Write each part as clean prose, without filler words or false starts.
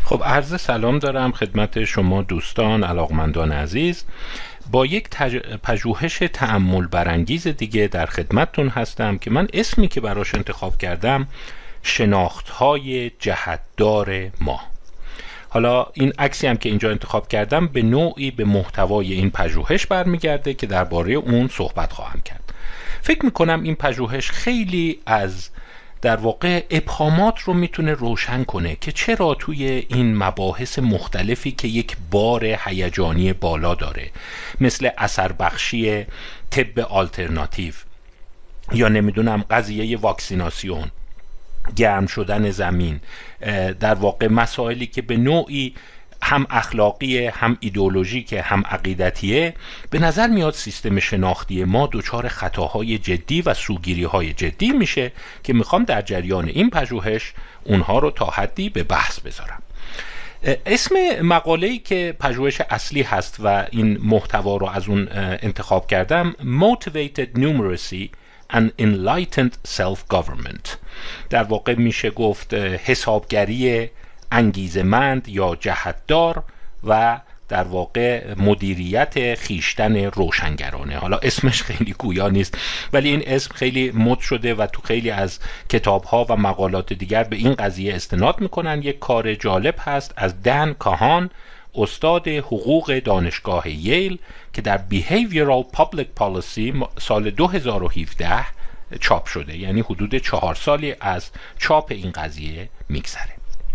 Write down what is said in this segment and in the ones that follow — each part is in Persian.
خب عرض سلام دارم خدمت شما دوستان علاقمندان عزیز. با یک پژوهش تأمل برانگیز دیگه در خدمتتون هستم که من اسمی که براش انتخاب کردم شناخت‌های جهت‌دار ما. حالا این عکسی هم که اینجا انتخاب کردم به نوعی به محتوای این پژوهش برمیگرده که درباره اون صحبت خواهم کرد. فکر میکنم این پژوهش خیلی از در واقع ابهامات رو میتونه روشن کنه که چرا توی این مباحث مختلفی که یک بار هیجانی بالا داره، مثل اثر بخشی طب آلترناتیو یا نمیدونم قضیه واکسیناسیون، گرم شدن زمین، در واقع مسائلی که به نوعی هم اخلاقیه، هم ایدئولوژیکه، هم عقیدتیه، به نظر میاد سیستم شناختی ما دچار خطاهای جدی و سوگیری‌های جدی میشه که میخوام در جریان این پژوهش اونها رو تا حدی به بحث بذارم. اسم مقاله‌ای که پژوهش اصلی هست و این محتوا رو از اون انتخاب کردم Motivated Numeracy and Enlightened Self-Government، در واقع میشه گفت حسابگری انگیزمند یا جهتدار و در واقع مدیریت خیشتن روشنگرانه. حالا اسمش خیلی گویا نیست ولی این اسم خیلی مد شده و تو خیلی از کتاب‌ها و مقالات دیگر به این قضیه استناد میکنن. یک کار جالب هست از دن کاهان، استاد حقوق دانشگاه ییل، که در Behavioral Public Policy سال 2017 چاپ شده، یعنی حدود 4 سالی از چاپ این قضیه میگذره.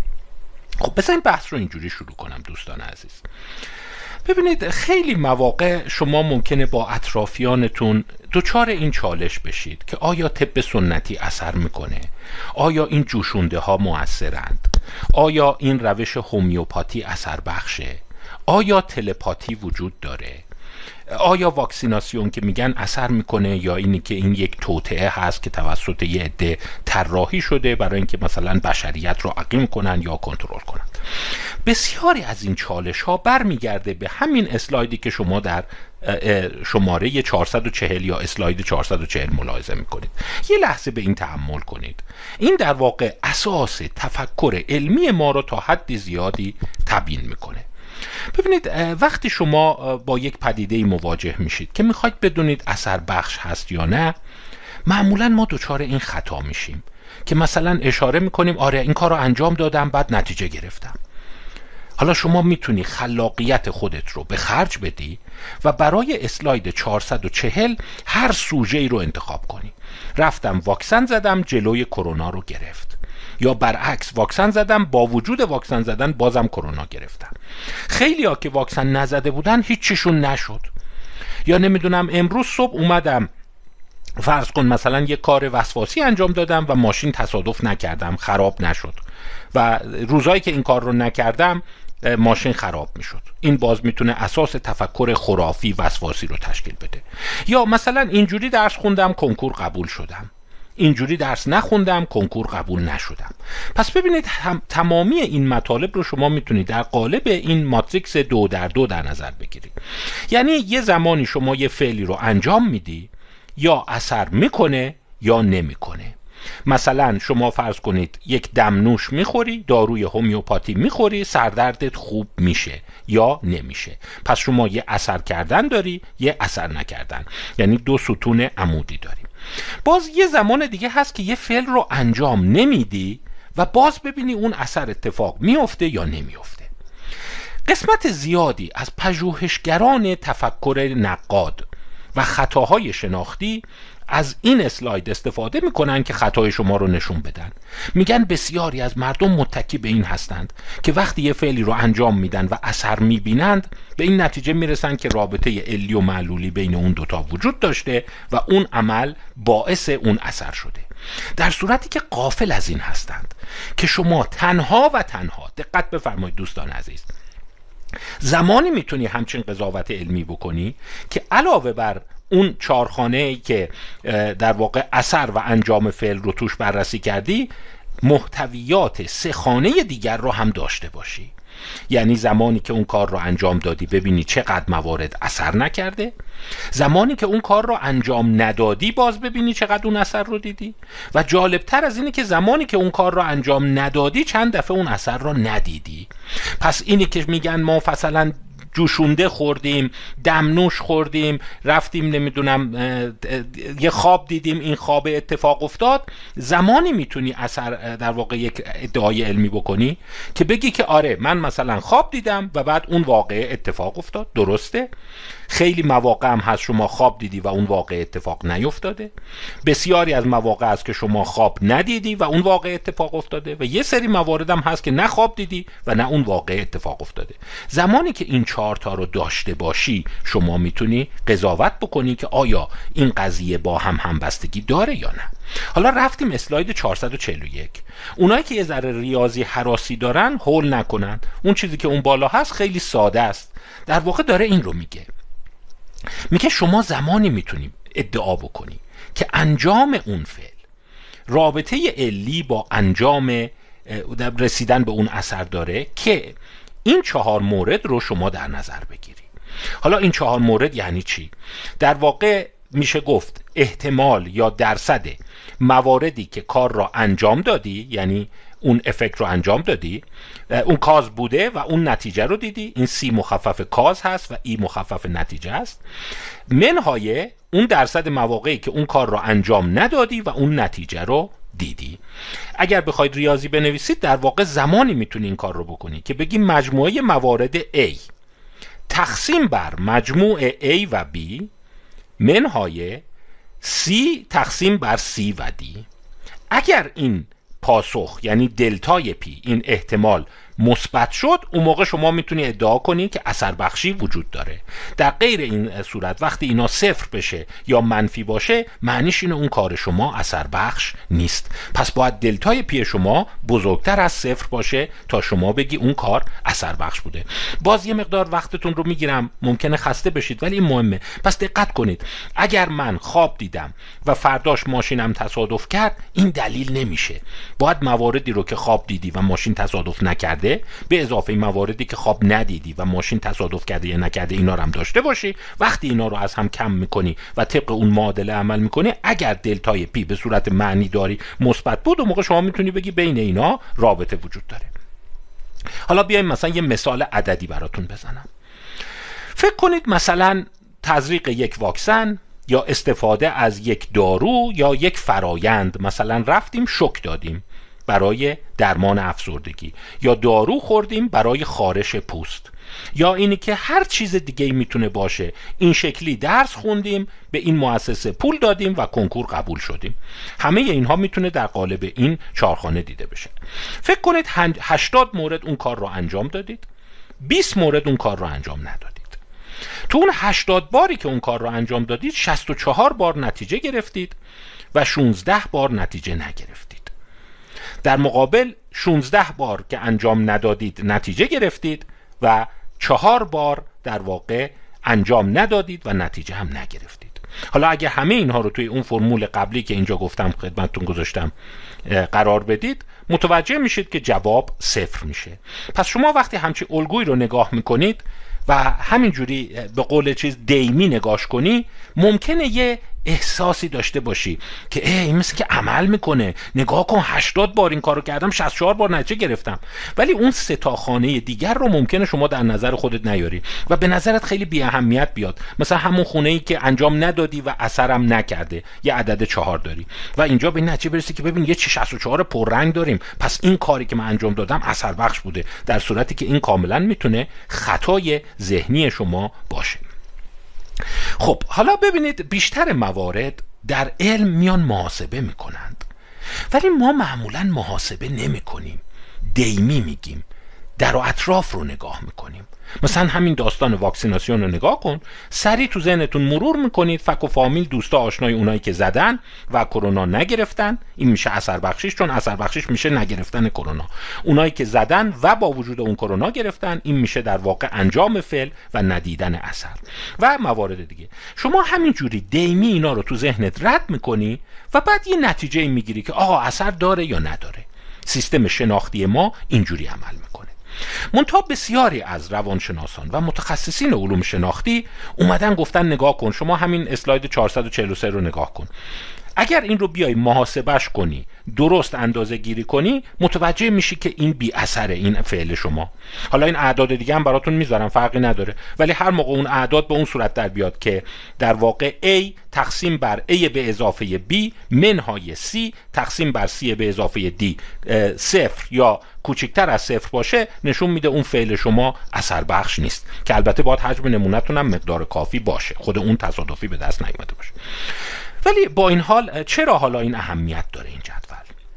خب بذارین بحث رو اینجوری شروع کنم دوستان عزیز. ببینید خیلی مواقع شما ممکنه با اطرافیانتون دچار این چالش بشید که آیا طب سنتی اثر میکنه؟ آیا این جوشونده ها مؤثرند؟ آیا این روش هومیوپاتی اثر بخشه؟ آیا تلپاتی وجود داره؟ آیا واکسیناسیون که میگن اثر میکنه یا اینی که این یک توطئه هست که توسط یه عده طراحی شده برای اینکه مثلا بشریت رو عقیم کنن یا کنترل کنن؟ بسیاری از این چالش ها برمیگرده به همین اسلایدی که شما در شماره 440 یا اسلاید 440 ملاحظه میکنید. یه لحظه به این تأمل کنید. این در واقع اساس تفکر علمی ما رو تا حد زیادی تبیین میکنه. ببینید وقتی شما با یک پدیده مواجه میشید که میخواید بدونید اثر بخش هست یا نه، معمولا ما دچار این خطا میشیم که مثلا اشاره میکنیم آره این کار رو انجام دادم بعد نتیجه گرفتم. حالا شما میتونی خلاقیت خودت رو به خرج بدی و برای اسلاید 440 هر سوژه‌ای رو انتخاب کنی. رفتم واکسن زدم جلوی کرونا رو گرفت، یا برعکس واکسن زدم با وجود واکسن زدن بازم کرونا گرفتم. خیلی ها که واکسن نزده بودن هیچیشون نشد. یا نمیدونم امروز صبح اومدم فرض کن مثلا یک کار وسواسی انجام دادم و ماشین تصادف نکردم، خراب نشد، و روزایی که این کار رو نکردم ماشین خراب میشد. این باز میتونه اساس تفکر خرافی وسواسی رو تشکیل بده. یا مثلا اینجوری درس خوندم کنکور قبول شدم، اینجوری درس نخوندم کنکور قبول نشدم. پس ببینید تمامی این مطالب رو شما میتونید در قالب این ماتریکس 2 در 2 در نظر بگیرید. یعنی یه زمانی شما یه فعلی رو انجام میدی یا اثر میکنه یا نمیکنه. مثلا شما فرض کنید یک دمنوش میخوری، داروی هومیوپاتی میخوری، سردردت خوب میشه یا نمیشه. پس شما یه اثر کردن داری، یه اثر نکردن، یعنی 2 ستون عمودی داریم. باز یه زمان دیگه هست که یه فعل رو انجام نمیدی و باز ببینی اون اثر اتفاق میفته یا نمیفته. قسمت زیادی از پژوهشگران تفکر نقاد و خطاهای شناختی از این اسلاید استفاده میکنن که خطای شما رو نشون بدن. میگن بسیاری از مردم متکی به این هستند که وقتی یه فعلی رو انجام میدن و اثر میبینند به این نتیجه میرسن که رابطه علی و معلولی بین اون دوتا وجود داشته و اون عمل باعث اون اثر شده، در صورتی که غافل از این هستند که شما تنها و تنها، دقت بفرمایید دوستان عزیز، زمانی میتونی همچین قضاوت علمی بکنی که علاوه بر اون 4 خانه‌ای که در واقع اثر و انجام فعل رو توش بررسی کردی، محتویات 3 خانه دیگر رو هم داشته باشی. یعنی زمانی که اون کار رو انجام دادی ببینی چقدر موارد اثر نکرده، زمانی که اون کار رو انجام ندادی باز ببینی چقدر اون اثر رو دیدی، و جالبتر از اینه که زمانی که اون کار رو انجام ندادی چند دفعه اون اثر رو ندیدی. پس اینی که میگن ما مثلا جوشونده خوردیم، دمنوش خوردیم، رفتیم نمیدونم یه خواب دیدیم، این خواب اتفاق افتاد، زمانی میتونی اثر در واقع یک ادعای علمی بکنی که بگی که آره من مثلا خواب دیدم و بعد اون واقعه اتفاق افتاد. درسته؟ خیلی مواقع هم هست شما خواب دیدی و اون واقعه اتفاق نیفتاده. بسیاری از مواقع هست که شما خواب ندیدی و اون واقعه اتفاق افتاده، و یه سری موارد هم هست که نه خواب دیدی و نه اون واقعه اتفاق افتاده. زمانی که این 4 تا رو داشته باشی شما میتونی قضاوت بکنی که آیا این قضیه با هم همبستگی داره یا نه. حالا رفتیم اسلاید 441. اونایی که یه ذره ریاضی هراسی دارن هول نکنن، اون چیزی که اون بالا هست خیلی ساده است. در واقع داره این رو میگه شما زمانی میتونی ادعا بکنی که انجام اون فعل رابطه علی با انجام رسیدن به اون اثر داره که این 4 مورد رو شما در نظر بگیری. حالا این 4 مورد یعنی چی؟ در واقع میشه گفت احتمال یا درصد مواردی که کار را انجام دادی، یعنی اون افکت رو انجام دادی، اون کاز بوده و اون نتیجه رو دیدی، این سی مخفف کاز هست و ای مخفف نتیجه است، منهای اون درصد مواقعی که اون کار رو انجام ندادی و اون نتیجه رو دیدی. اگر بخواید ریاضی بنویسید در واقع زمانی میتونی این کار رو بکنی که بگی مجموعه موارد A تقسیم بر مجموع A و B منهای C تقسیم بر C و D. اگر این پاسخ یعنی دلتای پی، این احتمال مثبت شد، اون موقع شما میتونی ادعا کنی که اثر بخشی وجود داره. در غیر این صورت وقتی اینا صفر بشه یا منفی باشه معنیش اینه اون کار شما اثر بخش نیست. پس باید دلتای پی شما بزرگتر از صفر باشه تا شما بگی اون کار اثر بخش بوده. باز یه مقدار وقتتون رو میگیرم، ممکنه خسته بشید ولی این مهمه. پس دقت کنید، اگر من خواب دیدم و فرداش ماشینم تصادف کرد این دلیل نمیشه. باید مواردی رو که خواب دیدی و ماشین تصادف نکرده به اضافه مواردی که خواب ندیدی و ماشین تصادف کرده یا نکرده اینا رو هم داشته باشی. وقتی اینا رو از هم کم میکنی و طبق اون معادله عمل میکنی، اگر دلتای پی به صورت معنی داری مثبت بود، اون موقع شما میتونی بگی بین اینا رابطه وجود داره. حالا بیایم مثلا یه مثال عددی براتون بزنم. فکر کنید مثلا تزریق یک واکسن یا استفاده از یک دارو یا یک فرایند، مثلا رفتیم شوک دادیم برای درمان افسردگی یا دارو خوردیم برای خارش پوست، یا اینی که هر چیز دیگه میتونه باشه. این شکلی درس خوندیم، به این مؤسسه پول دادیم و کنکور قبول شدیم. همه اینها میتونه در قالب این 4 خانه دیده بشه. فکر کنید 80 مورد اون کار رو انجام دادید، 20 مورد اون کار رو انجام ندادید. تو اون 80 باری که اون کار رو انجام دادید 64 بار نتیجه گرفتید و 16 بار نتیجه نگرفتید. در مقابل 16 بار که انجام ندادید نتیجه گرفتید و 4 بار در واقع انجام ندادید و نتیجه هم نگرفتید. حالا اگه همه اینها رو توی اون فرمول قبلی که اینجا گفتم خدمتتون گذاشتم قرار بدید، متوجه میشید که جواب 0 میشه. پس شما وقتی همچین الگویی رو نگاه میکنید و همینجوری به قول چیز دیمی نگاش کنی، ممکنه یه احساسی داشته باشی که این مثل که عمل میکنه، نگاه کن 80 بار این کارو کردم 64 بار نتیجه گرفتم. ولی اون 3 تا خانه دیگر رو ممکنه شما در نظر خودت نیاری و به نظرت خیلی بی اهمیت بیاد. مثلا همون خونه‌ای که انجام ندادی و اثرم نکرده، یه عدد 4 داری و اینجا به نتیجه برسی که ببین یه 64 پررنگ داریم، پس این کاری که من انجام دادم اثر بخش بوده، در صورتی که این کاملا میتونه خطای ذهنی شما باشه. خب حالا ببینید، بیشتر موارد در علم میان محاسبه میکنند، ولی ما معمولا محاسبه نمی کنیم، دیمی میگیم، در و اطراف رو نگاه میکنیم. مثلا همین داستان واکسیناسیون رو نگاه کن، سریع تو ذهنتون مرور میکنید فک و فامیل، دوستا آشنای اونایی که زدن و کرونا نگرفتن، این میشه اثر بخشیش، چون اثر بخشیش میشه نگرفتن کرونا. اونایی که زدن و با وجود اون کرونا گرفتن، این میشه در واقع انجام فعل و ندیدن اثر و موارد دیگه. شما همینجوری دیمی اینا رو تو ذهنت رد میکنی و بعد یه نتیجه میگیری که آقا اثر داره یا نداره. سیستم شناختی ما اینجوری عمل میکنه. منتها بسیاری از روانشناسان و متخصصین علوم شناختی اومدن گفتن نگاه کن، شما همین اسلاید 443 رو نگاه کن، اگر این رو بیای محاسبش کنی، درست اندازه گیری کنی، متوجه میشی که این بی اثره این فعل شما. حالا این اعداد دیگه هم براتون میذارم، فرقی نداره، ولی هر موقع اون اعداد به اون صورت در بیاد که در واقع A تقسیم بر A به اضافه B منهای C تقسیم بر C به اضافه D صفر یا کوچکتر از صفر باشه، نشون میده اون فعل شما اثر بخش نیست، که البته باید حجم نمونه‌تون هم مقدار کافی باشه، خود اون تصادفی به دست نیامده باشه. ولی با این حال چرا حالا این اهمیت داره این جدول؟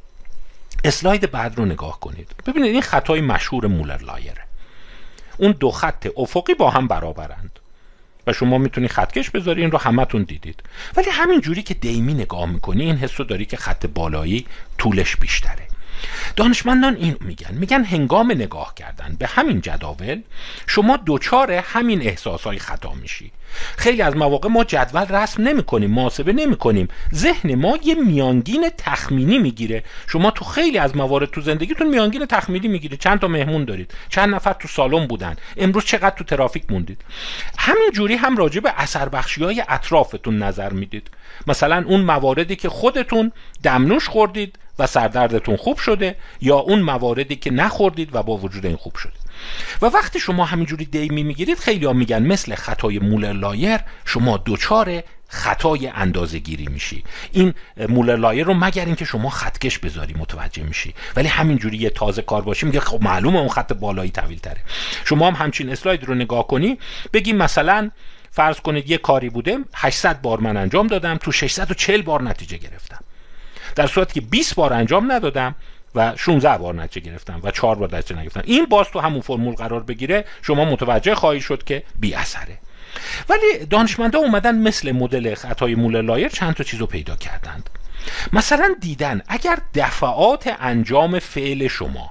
اسلاید بعد رو نگاه کنید، ببینید این خطای مشهور مولر لایره. اون دو خط افقی با هم برابرند و شما میتونی خطکش بذاری، این رو همتون دیدید، ولی همین جوری که دیمی نگاه میکنی این حس رو داری که خط بالایی طولش بیشتره. دانشمندان این میگن هنگام نگاه کردن به همین جداول شما دوچار همین احساسهای خطا میشی. خیلی از مواقع ما جدول رسم نمی کنیم، محاسبه نمی کنیم، ذهن ما یه میانگین تخمینی میگیره. شما تو خیلی از موارد تو زندگیتون میانگین تخمینی میگیره، چند تا مهمون دارید، چند نفر تو سالن بودن، امروز چقدر تو ترافیک موندید. همین جوری هم راجع به اثر بخشی‌های اطرافتون نظر میدید. مثلا اون مواردی که خودتون دمنوش خوردید و سردردتون خوب شده، یا اون مواردی که نخوردید و با وجود این خوب شده. و وقتی شما همینجوری دیمی میگیرید، خیلی ها میگن مثل خطای مولر لایر شما دوچار خطای اندازه گیری میشی. این مولر لایر رو مگر اینکه شما خطکش بذاری متوجه میشی، ولی همینجوری یه تازه کار باشی میگه خب معلومه اون خط بالایی طویل تره. شما هم همچین اسلاید رو نگاه کنی، بگی مثلا فرض کنید یه کاری بوده 800 بار من انجام دادم، تو 640 بار نتیجه گرفتم، در صورتی که 20 بار انجام ندادم و 16 بار نتیجه گرفتم و 4 بار نتیجه نگرفتم. این باز تو همون فرمول قرار بگیره، شما متوجه خواهی شد که بی اثره. ولی دانشمندا اومدن مثل مدل خطای مولر لایر چند تا چیزو پیدا کردند. مثلا دیدن اگر دفعات انجام فعل شما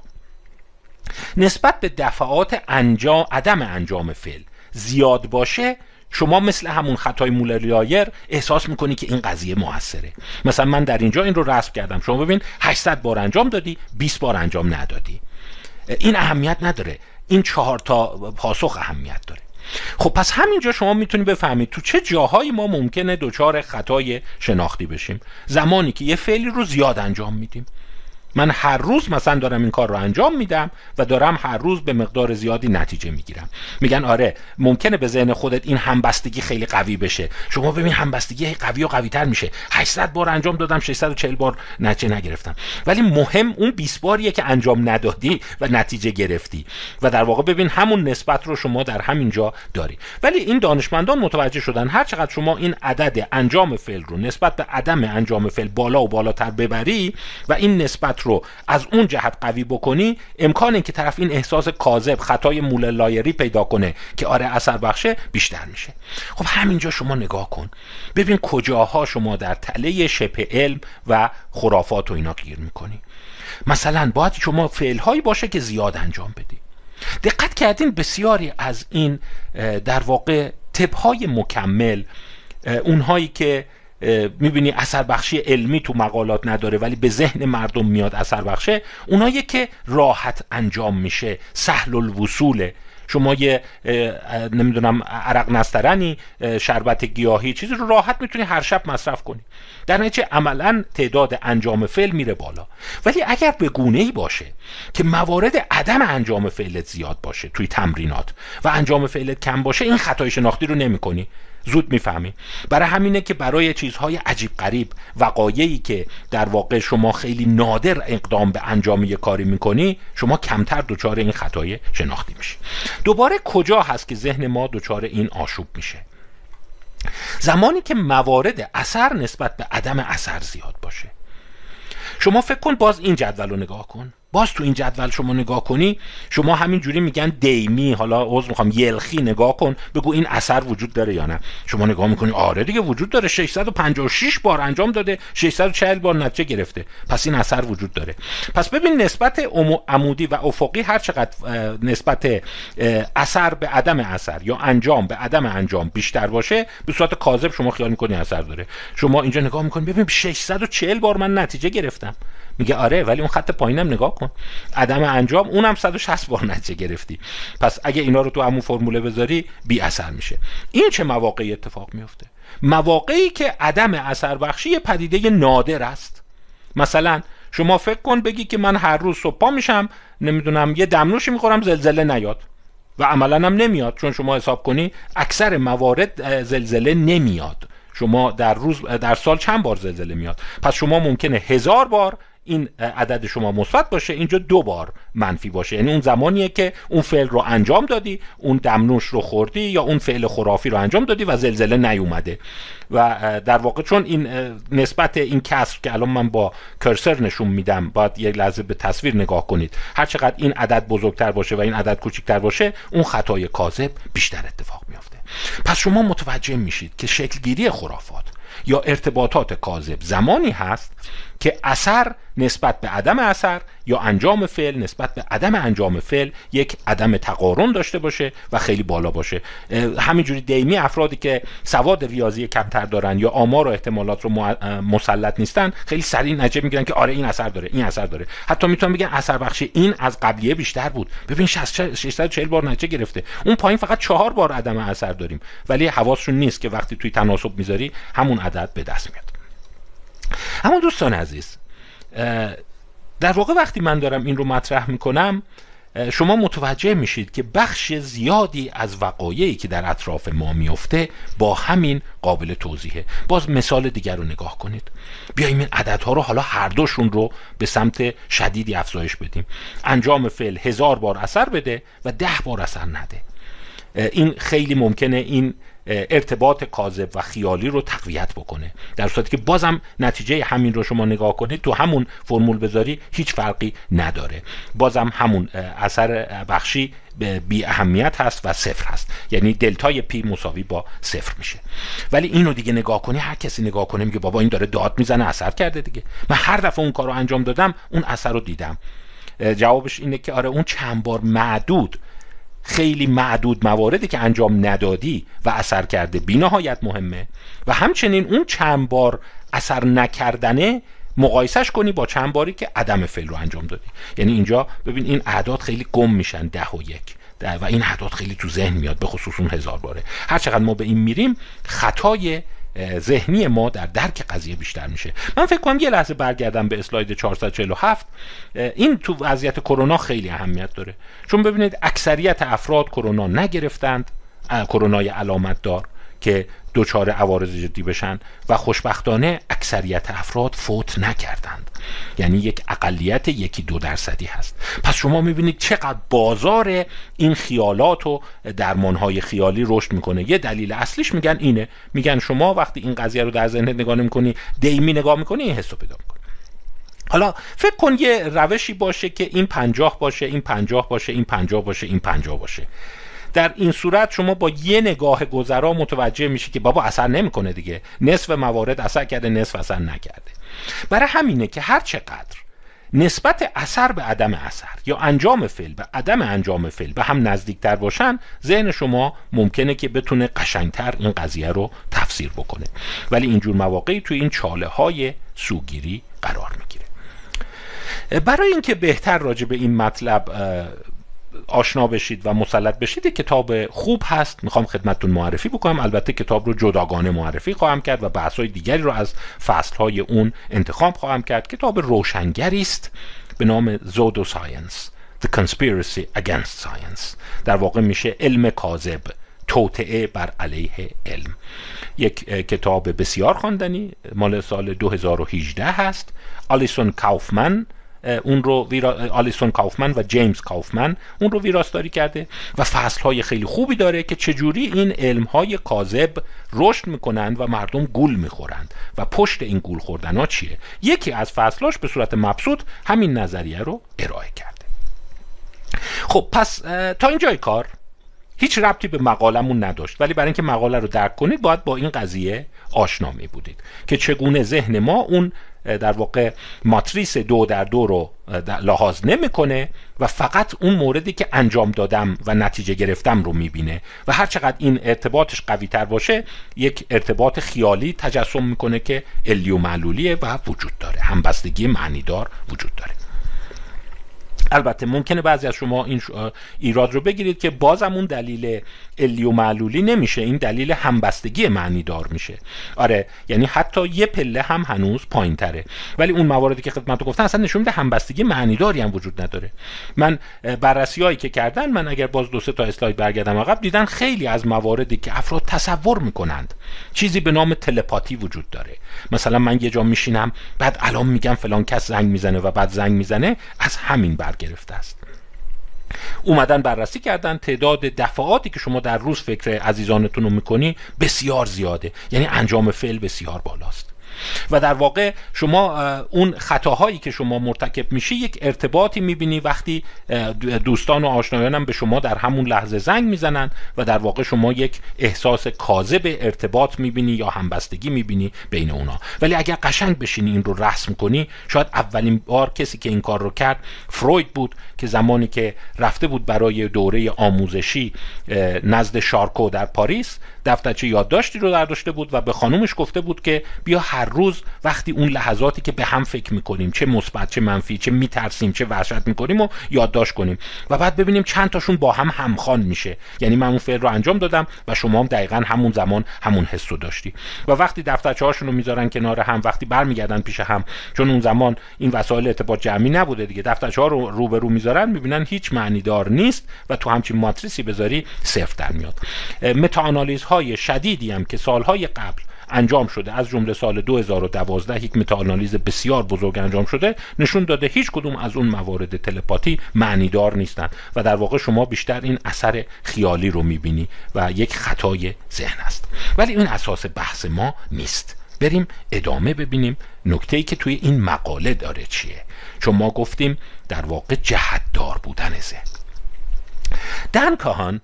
نسبت به دفعات عدم انجام فعل زیاد باشه، شما مثل همون خطای مولر لایر احساس میکنی که این قضیه موثره. مثلا من در اینجا این رو رسم کردم، شما ببین 800 بار انجام دادی، 20 بار انجام ندادی. این اهمیت نداره، این 4 تا پاسخ اهمیت داره. خب پس همینجا شما میتونید بفهمید تو چه جاهایی ما ممکنه دچار خطای شناختی بشیم. زمانی که یه فعلی رو زیاد انجام میدیم. من هر روز مثلا دارم این کار رو انجام میدم و دارم هر روز به مقدار زیادی نتیجه میگیرم. میگن آره ممکنه به ذهن خودت این همبستگی خیلی قوی بشه، شما ببین همبستگی قوی و قوی تر میشه، 800 بار انجام دادم 640 بار نتیجه نگرفتم. ولی مهم اون 20 باریه که انجام ندادی و نتیجه گرفتی و در واقع ببین همون نسبت رو شما در همین جا داری. ولی این دانشمندان متوجه شدن هر چقدر شما این عدد انجام فعل رو نسبت به عدم انجام فعل بالا و بالاتر ببری و این نسبت رو از اون جهت قوی بکنی، امکان این که طرف این احساس کاذب خطای مولر لایری پیدا کنه که آره اثر بخشه بیشتر میشه. خب همینجا شما نگاه کن ببین کجاها شما در تله شبه علم و خرافات و اینا گیر میکنی. مثلا باید شما فعلهایی باشه که زیاد انجام بدی. دقت کردین بسیاری از این در واقع طبهای مکمل، اونهایی که میبینی اثر بخشی علمی تو مقالات نداره ولی به ذهن مردم میاد اثر بخشه، اونایی که راحت انجام میشه، سهل الوصوله. شما یه نمیدونم عرق نسترنی، شربت گیاهی، چیزی رو راحت میتونی هر شب مصرف کنی، در نتیجه عملا تعداد انجام فعل میره بالا. ولی اگر به گونه‌ای باشه که موارد عدم انجام فعلت زیاد باشه توی تمرینات و انجام فعلت کم باشه، این خطای شناختی رو نمی‌کنی، زود میفهمی. برای همینه که برای چیزهای عجیب غریب، وقایعی که در واقع شما خیلی نادر اقدام به انجام یک کاری میکنی، شما کمتر دچار این خطای شناختی میشی. دوباره کجا هست که ذهن ما دچار این آشوب میشه؟ زمانی که موارد اثر نسبت به عدم اثر زیاد باشه. شما فکر کن، باز این جدول رو نگاه کن، باز تو این جدول شما نگاه کنی، شما همین جوری میگن دیمی، حالا عذر میخوام یلخی نگاه کن بگو این اثر وجود داره یا نه. شما نگاه میکنی آره دیگه وجود داره، 656 بار انجام داده، 640 بار نتیجه گرفته، پس این اثر وجود داره. پس ببین نسبت عمودی و افقی هر چقدر نسبت اثر به عدم اثر یا انجام به عدم انجام بیشتر باشه، به صورت کاذب شما خیال میکنی اثر داره. شما اینجا نگاه میکنی ببین 640 بار من نتیجه گرفتم، میگه آره، ولی اون خط پایینم نگاه کن، عدم انجام اونم 160 بار نتیجه گرفتی، پس اگه اینا رو تو همون فرموله بذاری بی اثر میشه. این چه مواقعی اتفاق میفته؟ مواقعی که عدم اثر بخشی یه پدیده نادر است. مثلا شما فکر کن بگی که من هر روز صبح پا میشم، نمیدونم یه دمنوشی میخورم زلزله نیاد، و عملا هم نمیاد، چون شما حساب کنی اکثر موارد زلزله نمیاد. شما در سال چند بار زلزله میاد؟ پس شما ممکنه 1000 بار این عدد شما مثبت باشه، اینجا 2 بار منفی باشه. یعنی اون زمانیه که اون فعل رو انجام دادی، اون دمنوش رو خوردی یا اون فعل خرافی رو انجام دادی و زلزله نیومده. و در واقع چون این نسبت این کسر که الان من با کرسر نشون میدم، باید یک لحظه به تصویر نگاه کنید، هر چقدر این عدد بزرگتر باشه و این عدد کوچکتر باشه، اون خطای کاذب بیشتر اتفاق میفته. پس شما متوجه میشید که شکلگیری خرافات یا ارتباطات کاذب زمانی هست که اثر نسبت به عدم اثر یا انجام فعل نسبت به عدم انجام فعل یک عدم تقارن داشته باشه و خیلی بالا باشه. همینجوری دیمی افرادی که سواد ریاضی کمتر دارن یا آمار و احتمالات رو مسلط نیستن، خیلی سریع نتیجه میگیرن که آره این اثر داره، این اثر داره. حتی میتونن بگن اثر بخشی این از قبلیه بیشتر بود، ببین 640 بار نتیجه گرفته، اون پایین فقط 4 بار عدم اثر داریم. ولی حواسشون نیست که وقتی توی تناسب میذاری همون عدد به دست میاد. اما دوستان عزیز، در واقع وقتی من دارم این رو مطرح میکنم، شما متوجه میشید که بخش زیادی از وقایعی که در اطراف ما میفته با همین قابل توضیحه. باز مثال دیگر رو نگاه کنید. بیاییم این عددها رو حالا هر دوشون رو به سمت شدیدی افزایش بدیم. انجام فعل 1000 بار اثر بده و 10 بار اثر نده. این خیلی ممکنه این ارتباط کاذب و خیالی رو تقویت بکنه، در صورتی که بازم نتیجه همین رو شما نگاه کنید، تو همون فرمول بذاری هیچ فرقی نداره، بازم همون اثر بخشی بی اهمیت هست و صفر هست، یعنی دلتای پی مساوی با صفر میشه. ولی اینو دیگه نگاه کنی، هر کسی نگاه کنه میگه بابا این داره داد میزنه، اثر کرده دیگه، من هر دفعه اون کارو انجام دادم اون اثر رو دیدم. جوابش اینه که آره، اون چند بار معدود، خیلی معدود مواردی که انجام ندادی و اثر کرده بی نهایت مهمه، و همچنین اون چند بار اثر نکردنه مقایسش کنی با چند باری که عدم فعل رو انجام دادی. یعنی اینجا ببین این اعداد خیلی گم میشن، 10 و 1، و این اعداد خیلی تو ذهن میاد، به خصوص اون 1000 باره. هر چقدر ما به این میریم خطای ذهنی ما در درک قضیه بیشتر میشه. من فکر کنم یه لحظه برگردم به اسلاید 447. این تو وضعیت کرونا خیلی اهمیت داره، چون ببینید اکثریت افراد کرونا نگرفتند، کرونای علامت دار که دچار عوارض جدی بشن، و خوشبختانه اکثریت افراد فوت نکردند. یعنی یک اقلیت 1-2% هست. پس شما میبینید چقدر بازار این خیالات و درمانهای خیالی رشد میکنه. یه دلیل اصلیش میگن اینه، میگن شما وقتی این قضیه رو در ذهنت نگاه نمیکنی، دیمی نگاه میکنی، این حسو پیدا میکنی. حالا فکر کن یه روشی باشه که این 50 باشه، این 50 باشه، این 50 باشه، این 50 باشه. در این صورت شما با یه نگاه گذرا متوجه میشی که بابا اثر نمیکنه دیگه، نصف موارد اثر کرده، نصف اثر نکرده. برای همینه که هر چقدر نسبت اثر به عدم اثر یا انجام فعل به عدم انجام فعل به هم نزدیکتر باشن، ذهن شما ممکنه که بتونه قشنگتر این قضیه رو تفسیر بکنه. ولی اینجور مواقعی توی این چاله های سوگیری قرار میگیره. برای اینکه بهتر راجع به این مطلب آشنا بشید و مسلط بشید، کتاب خوب هست، میخوام خدمتتون معرفی بکنم. البته کتاب رو جداگانه معرفی خواهم کرد و بحث‌های دیگری رو از فصل‌های اون انتخاب خواهم کرد. کتاب روشنگری است به نام زودو ساینس، The Conspiracy Against Science. در واقع میشه علم کاذب، توطئه بر علیه علم. یک کتاب بسیار خواندنی، مال سال 2018 هست. آلیسون کاوفمن و جیمز کاوفمن اون رو ویراستاری کرده و فصلهای خیلی خوبی داره که چجوری این علمهای کاذب رشد میکنند و مردم گول میخورند و پشت این گول خوردن ها چیه. یکی از فصلاش به صورت مبسوط همین نظریه رو ارائه کرده. خب پس تا اینجای کار هیچ ربطی به مقالمون نداشت، ولی برای اینکه مقاله رو درک کنید باید با این قضیه آشنا می بودید که چگونه ذهن ما اون در واقع ماتریس 2x2 رو لحاظ نمیکنه و فقط اون موردی که انجام دادم و نتیجه گرفتم رو میبینه و هر چقدر این ارتباطش قوی تر باشه یک ارتباط خیالی تجسم میکنه که علی و معلولیه و وجود داره، همبستگی معنیدار وجود داره. البته ممکنه بعضی از شما این ایراد رو بگیرید که بازم اون دلیل علی و معلولی نمیشه، این دلیل همبستگی معنی دار میشه. آره، یعنی حتی یه پله هم هنوز پایین تره، ولی اون مواردی که خدمتتون گفتم اصلا نشون میده همبستگی معنی داری هم وجود نداره. من بررسی هایی که کردن، من اگر باز 2-3 تا اسلاید برگردم عقب، دیدن خیلی از مواردی که افراد تصور میکنند چیزی به نام تلپاتی وجود داره. مثلا من یه جا میشینم بعد الان میگم فلان کس زنگ میزنه و بعد زنگ میزنه، از همین گرفته است. اومدن بررسی کردن تعداد دفعاتی که شما در روز فکر عزیزانتون رو میکنی بسیار زیاده، یعنی انجام فعل بسیار بالاست و در واقع شما اون خطاهایی که شما مرتکب میشی یک ارتباطی میبینی وقتی دوستان و آشنایانم به شما در همون لحظه زنگ میزنن و در واقع شما یک احساس کاذب ارتباط میبینی یا همبستگی میبینی بین اونا. ولی اگر قشنگ بشینی این رو رسم کنی، شاید اولین بار کسی که این کار رو کرد فروید بود که زمانی که رفته بود برای دوره آموزشی نزد شارکو در پاریس، دفترچه یادداشتی رو داشته بود و به خانومش گفته بود که بیا هر روز وقتی اون لحظاتی که به هم فکر میکنیم، چه مثبت چه منفی، چه میترسیم چه وحشت میکنیم و یادداشت کنیم و بعد ببینیم چند تاشون با هم همخوان میشه. یعنی من اون فعل رو انجام دادم و شما هم دقیقاً همون زمان همون حس رو داشتی. و وقتی دفترچه هاشون رو میذارن کنار هم، وقتی برمیگردن پیش هم، چون اون زمان این وسایل ارتباط جمعی نبوده دیگه، دفترچه ها رو روبرو میذارن، میبینن هیچ معنی دار نیست و تو همچین ماتریسی بذاری صفر در میاد. متاآنالیزهای شدیدی هم که سالهای قبل انجام شده، از جمله سال 2012 یک متاآنالیز بسیار بزرگ انجام شده، نشون داده هیچ کدوم از اون موارد تلپاتی معنی دار نیستن و در واقع شما بیشتر این اثر خیالی رو میبینی و یک خطای ذهن است. ولی این اساس بحث ما نیست. بریم ادامه ببینیم نکته‌ای که توی این مقاله داره چیه. چون ما گفتیم در واقع جهت‌دار بودن ذهن. دان کاهان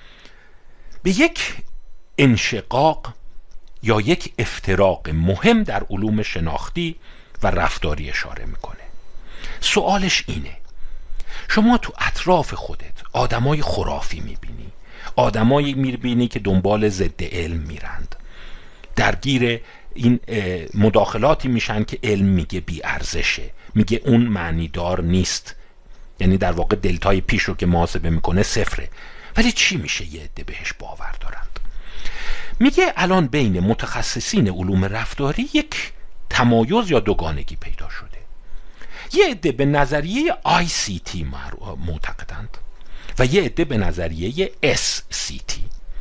به یک انشقاق یا یک افتراق مهم در علوم شناختی و رفتاری اشاره میکنه. سوالش اینه: شما تو اطراف خودت آدمای خرافی میبینی، آدمایی میبینی که دنبال ضد علم میرند، درگیر این مداخلاتی میشن که علم میگه بی ارزشه، میگه اون معنی دار نیست، یعنی در واقع دلتای پیش رو که محاسبه میکنه صفره. ولی چی میشه یه عده بهش باور دارند؟ میگه الان بین متخصصین علوم رفتاری یک تمایز یا دوگانگی پیدا شده. یه عده به نظریه ICT معتقدند و یه عده به نظریه SCT.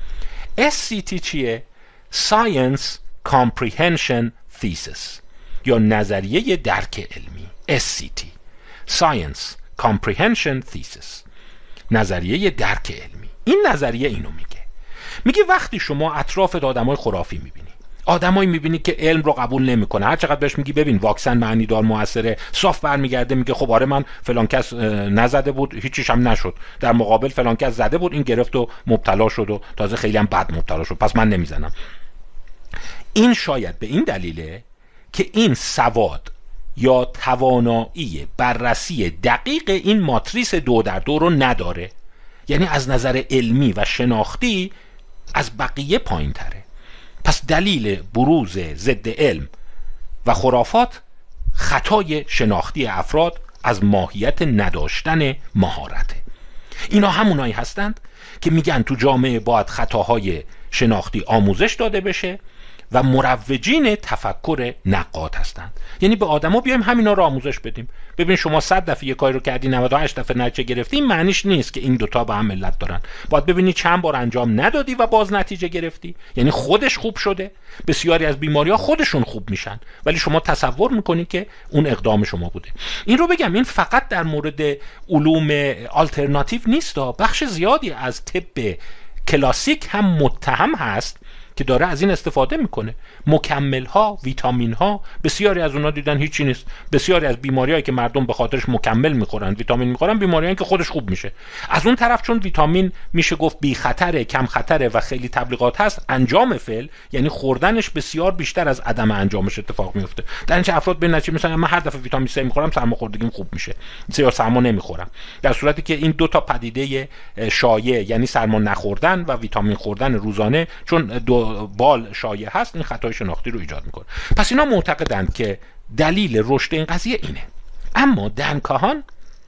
SCT چیه؟ Science Comprehension Thesis یا نظریه درک علمی. SCT Science Comprehension Thesis، نظریه درک علمی. این نظریه اینو میگه وقتی شما اطرافت آدمای خرافی میبینی، آدمایی میبینی که علم رو قبول نمیکنه، هر چقدر بهش میگی ببین واکسن معنی دار موثره، صاف برمیگرده میگه خب آره من فلان کس نزده بود هیچیش هم نشد، در مقابل فلان کس زده بود این گرفت و مبتلا شد و تازه خیلی هم بد مبتلا شد، پس من نمیزنم. این شاید به این دلیله که این سواد یا توانایی بررسی دقیق این ماتریس 2x2 رو نداره، یعنی از نظر علمی و شناختی از بقیه پایین تره. پس دلیل بروز ضد علم و خرافات خطای شناختی افراد از ماهیت نداشتن مهارته. اینا همونایی هستند که میگن تو جامعه باید خطاهای شناختی آموزش داده بشه و مروجین تفکر نقاد هستند. یعنی به آدما بیایم همینا رو آموزش بدیم. ببین شما 100 دفعه یه کاری رو کردی 98 دفعه نتیجه گرفتی، این معنیش نیست که این دوتا با هم علت دارن. باید ببینی چند بار انجام ندادی و باز نتیجه گرفتی، یعنی خودش خوب شده. بسیاری از بیماری‌ها خودشون خوب میشن ولی شما تصور میکنی که اون اقدام شما بوده. این رو بگم این فقط در مورد علوم آلترناتیو نیست، بخش زیادی از طب کلاسیک هم متهم هست که داره از این استفاده میکنه. مکمل ها، ویتامین ها، بسیاری از اونها دیدن هیچی نیست. بسیاری از بیماریایی که مردم به خاطرش مکمل میخورن، ویتامین میخورن، بیماریایی که خودش خوب میشه. از اون طرف چون ویتامین میشه گفت بی خطره، کم خطره و خیلی تبلیغات هست، انجام فعل یعنی خوردنش بسیار بیشتر از عدم انجامش اتفاق میفته. در اینجا افراد به نتیجه مثلا من هر دفعه ویتامین C میخورم سرماخوردگیم خوب میشه، یا سرما نمیخورم، در صورتی که این دو تا پدیده شایع یعنی سرما نخوردن و ویتامین خوردن روزانه چون دو بال شایع هست، این خطای شناختی رو ایجاد میکنه. پس اینا معتقدند که دلیل رشد این قضیه اینه. اما دن کاهان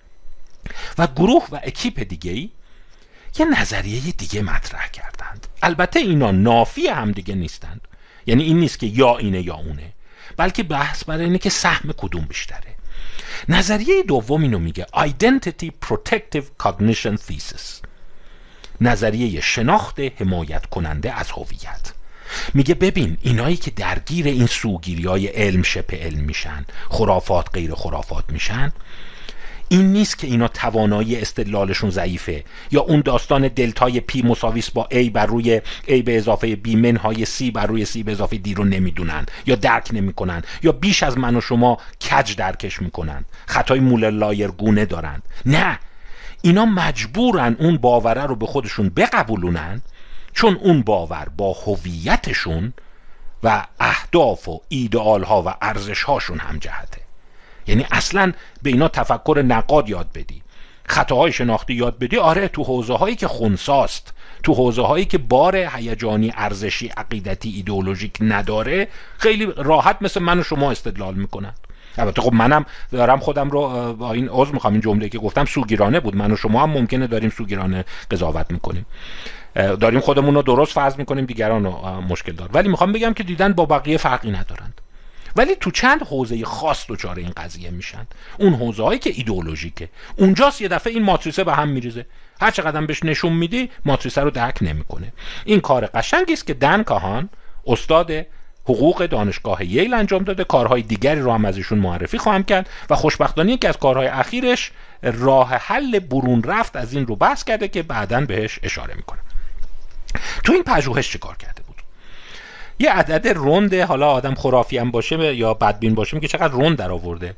و گروه و اکیپ دیگه‌ای یه نظریه دیگه مطرح کردند. البته اینا نافی هم دیگه نیستند، یعنی این نیست که یا اینه یا اونه، بلکه بحث برای اینه که سهم کدوم بیشتره. نظریه دوم اینو میگه Identity Protective Cognition Thesis، نظریه شناخت حمایت کننده از هویت. میگه ببین اینایی که درگیر این سوگیری‌های علم شبه علم میشن، خرافات غیر خرافات میشن، این نیست که اینا توانایی استدلالشون ضعیفه یا اون داستان دلتای پی مساویس با A بر روی A به اضافه B منهای C بر روی C به اضافه D رو نمیدونن یا درک نمیکنن یا بیش از من و شما کج درکش میکنن، خطای مولر لایر گونه دارن. نه، اینا مجبورن اون باوره رو به خودشون بقبولونن، چون اون باور با هویتشون و اهداف و ایدئالها و ارزشهاشون هم جهته. یعنی اصلا به اینا تفکر نقاد یاد بدی، خطاهای شناختی یاد بدی، آره تو حوزه هایی که خنثاست، تو حوزه هایی که بار هیجانی، ارزشی، عقیدتی، ایدئولوژیک نداره، خیلی راحت مثل من و شما استدلال میکنن. البته خب منم دارم خودم رو با این عذر میخوام، این جمله که گفتم سوگیرانه بود، من و شما هم ممکنه داریم سوگیرانه قضاوت میکنیم، داریم خودمون رو درست فرض میکنیم، دیگران رو مشکل دار، ولی میخوام بگم که دیدن با بقیه فرقی ندارند. ولی تو چند حوزه خاص دچار این قضیه میشن. اون حوزه هایی که ایدئولوژیکه، اونجاست یه دفعه این ماتریسه به هم میریزه، هر چقدر بهش نشون میدی ماتریسه رو درک نمیکنه. این کار قشنگی است که دن کاهان استاد حقوق دانشگاه ییل انجام داده، کارهای دیگری رو هم از ایشون معرفی خواهم کرد و خوشبختانه یکی از کارهای اخیرش راه حل برون رفت از این رو بحث کرده که بعداً بهش اشاره میکنه. تو این پژوهش چه کار کرده بود؟ یه عدد رنده، حالا آدم خرافی هم باشه یا بدبین باشه که چقدر رند در آورده،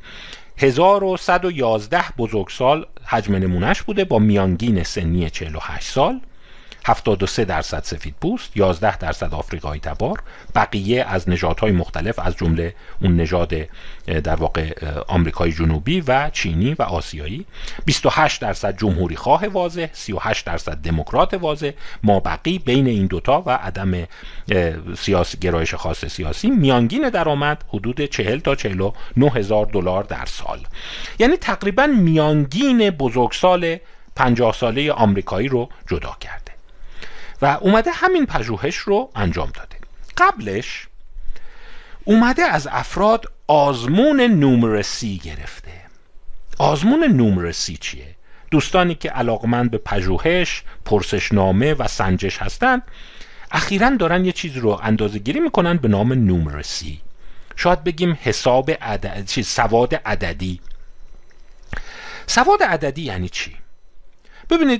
1111 بزرگسال حجم نمونهش بوده با میانگین سنی 48 سال، 73% سفید پوست، 11% آفریقایی تبار، بقیه از نژادهای مختلف از جمله اون نژاد در واقع آمریکای جنوبی و چینی و آسیایی، 28% جمهوری خواه واضح، 38% دموکرات واضح، مابقی بین این دوتا و عدم سیاسی گرایش خاص سیاسی. میانگین درآمد حدود 40 تا 49 هزار دلار در سال، یعنی تقریبا میانگین بزرگسال 50 ساله آمریکایی رو جدا کرده و اومده همین پژوهش رو انجام داده. قبلش اومده از افراد آزمون نومرسی گرفته. آزمون نومرسی چیه؟ دوستانی که علاقمند به پژوهش، پرسشنامه و سنجش هستند اخیراً دارن یه چیز رو اندازه گیری میکنن به نام نومرسی. شاید بگیم حساب عددی، سواد عددی. سواد عددی یعنی چی؟ ببینید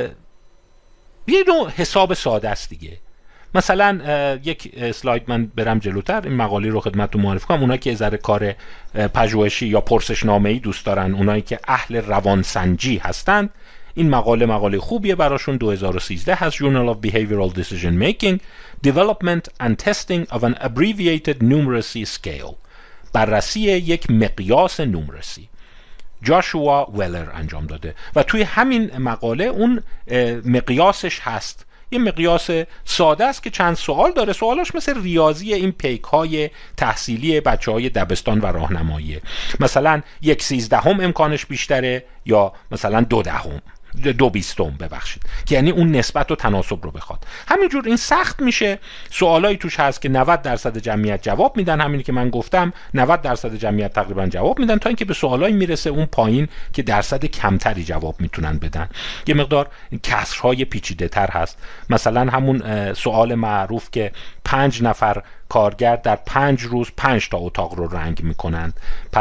یه نوع حساب ساده است دیگه. مثلا یک اسلاید من برم جلوتر این مقاله رو خدمتتون معرفی کنم. اونایی که ذره کار پژوهشی یا پرسشنامه‌ای دوست دارن، اونایی که اهل روانسنجی هستند، این مقاله خوبیه براشون. 2013 هست Journal of Behavioral Decision Making Development and Testing of an Abbreviated Numeracy Scale، بررسی یک مقیاس نومرسی، جاشوا ولر انجام داده و توی همین مقاله اون مقیاسش هست. یه مقیاس ساده است که چند سوال داره، سوالاش مثل ریاضی این پیک های تحصیلی بچه های دبستان و راهنماییه. مثلا 1/13 امکانش بیشتره یا مثلا 2/20 ببخشید، که یعنی اون نسبت و تناسب رو بخواد. همینجور این سخت میشه، سوالایی توش هست که 90% جمعیت جواب میدن، همینی که من گفتم 90% جمعیت تقریبا جواب میدن، تا اینکه به سوالایی میرسه اون پایین که درصد کمتری جواب میتونن بدن. یه مقدار کسرهای پیچیده تر هست. مثلا همون سوال معروف که 5 نفر کارگر در 5 روز 5 تا اتاق رو رنگ میکنند، پس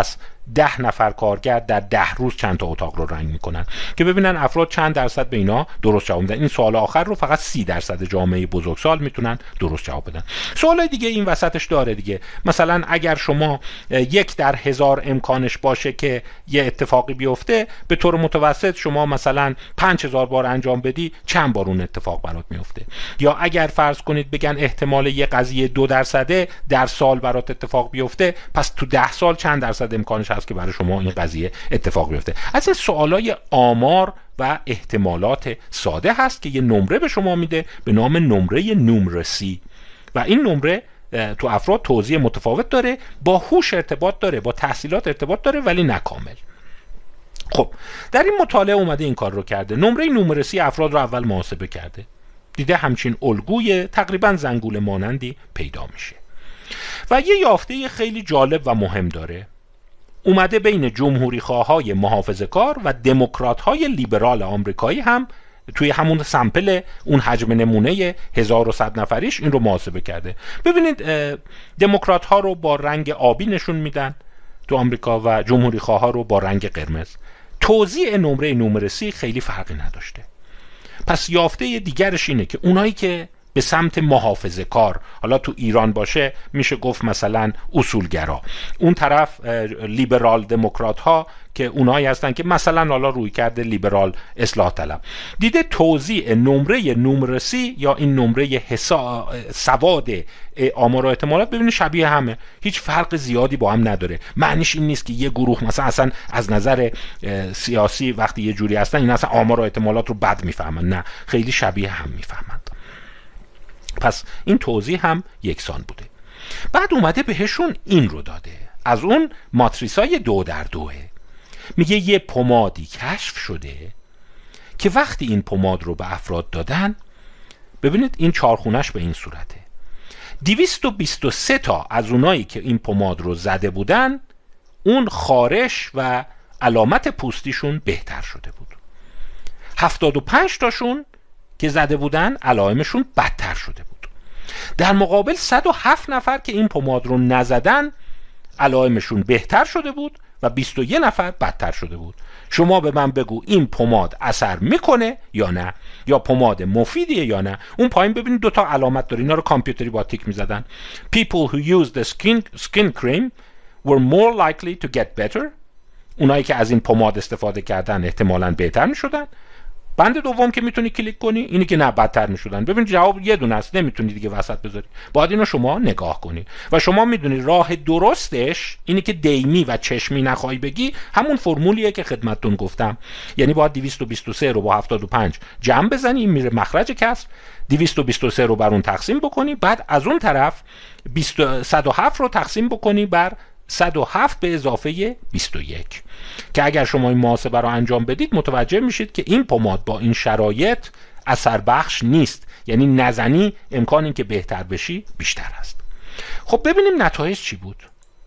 10 نفر کارگر در 10 روز چند تا اتاق رو رنگ میکنن که ببینن افراد چند درصد به اینا درست جواب میدن. این سوال آخر رو فقط 30% جامعه بزرگسال میتونن درست جواب بدن. سوال دیگه این وسطش داره دیگه، مثلا اگر شما 1 در 1000 امکانش باشه که یه اتفاقی بیفته، به طور متوسط شما مثلا 5000 بار انجام بدی، چند بار اون اتفاق برات میفته؟ یا اگر فرض کنید بگن احتمال یه قضیه 2% در سال برات اتفاق بیفته، پس تو 10 سال چند درصد امکانش هست که برای شما این قضیه اتفاق بیفته؟ از این سوالای آمار و احتمالات ساده هست که یه نمره به شما میده به نام نمره نومرسی و این نمره تو افراد توزیع متفاوت داره، با هوش ارتباط داره، با تحصیلات ارتباط داره، ولی نه کامل. خب در این مطالعه اومده این کار رو کرده، نمره نومرسی افراد رو اول محاسبه کرده، دیده همچین الگوی تقریبا زنگوله مانندی پیدا میشه و یه یافته خیلی جالب و مهم داره. اومده بین جمهوری خواهای محافظه‌کار و دموکرات‌های لیبرال آمریکایی هم توی همون سمپل اون حجم نمونه 1100 نفریش این رو محاسبه کرده. ببینید دموکرات‌ها رو با رنگ آبی نشون میدن تو آمریکا و جمهوری خواها رو با رنگ قرمز. توزیع نمره نومرسی خیلی فرقی نداشته. پس یافته دیگرش اینه که اونایی که به سمت محافظه کار، حالا تو ایران باشه میشه گفت مثلا اصولگرا، اون طرف لیبرال دموکرات ها که اونایی هستن که مثلا حالا روی کرده لیبرال اصلاح طلب، دیده توزیع نمره نومرسی یا این نمره سواد آمار و احتمالات ببینید شبیه همه، هیچ فرق زیادی با هم نداره. معنیش این نیست که یه گروه مثلا اصلا از نظر سیاسی وقتی یه جوری هستن این اصلا آمار و احتمالات رو بد میفهمن، نه، خیلی شبیه هم میفهمن. پس این توضیح هم یکسان بوده. بعد اومده بهشون این رو داده، از اون ماتریسای 2x2، میگه یه پمادی کشف شده که وقتی این پماد رو به افراد دادن، ببینید این چارخونش به این صورته، 223 تا از اونایی که این پماد رو زده بودن اون خارش و علامت پوستیشون بهتر شده بود، 75 تاشون که زده بودن علائمشون بدتر شده بود. در مقابل 107 نفر که این پماد رو نزدن علائمشون بهتر شده بود و 21 نفر بدتر شده بود. شما به من بگو این پماد اثر میکنه یا نه، یا پماد مفیدیه یا نه؟ اون پایین ببینید 2 تا علامت داره، اینا رو کامپیوتری با تیک میزدن. People who use the skin cream were more likely to get better. اونایی که از این پماد استفاده کردن احتمالاً بهتر میشدن. بند دوم که میتونی کلیک کنی اینی که نه بدتر میشدن. ببین جواب یه دونه است، نمیتونی دیگه وسط بذاری، باید اینو شما نگاه کنی و شما میدونی راه درستش اینی که دیمی و چشمی نخوای بگی، همون فرمولیه که خدمتتون گفتم، یعنی باید 223 رو با 75 جمع بزنی، این میره مخرج کسر، 223 رو بر اون تقسیم بکنی، بعد از اون طرف 107 رو تقسیم بکنی بر 107 به اضافه 21 که اگر شما این محاسبه رو انجام بدید متوجه میشید که این پماد با این شرایط اثر بخش نیست، یعنی نزنی امکان این که بهتر بشی بیشتر است. خب ببینیم نتایج چی بود.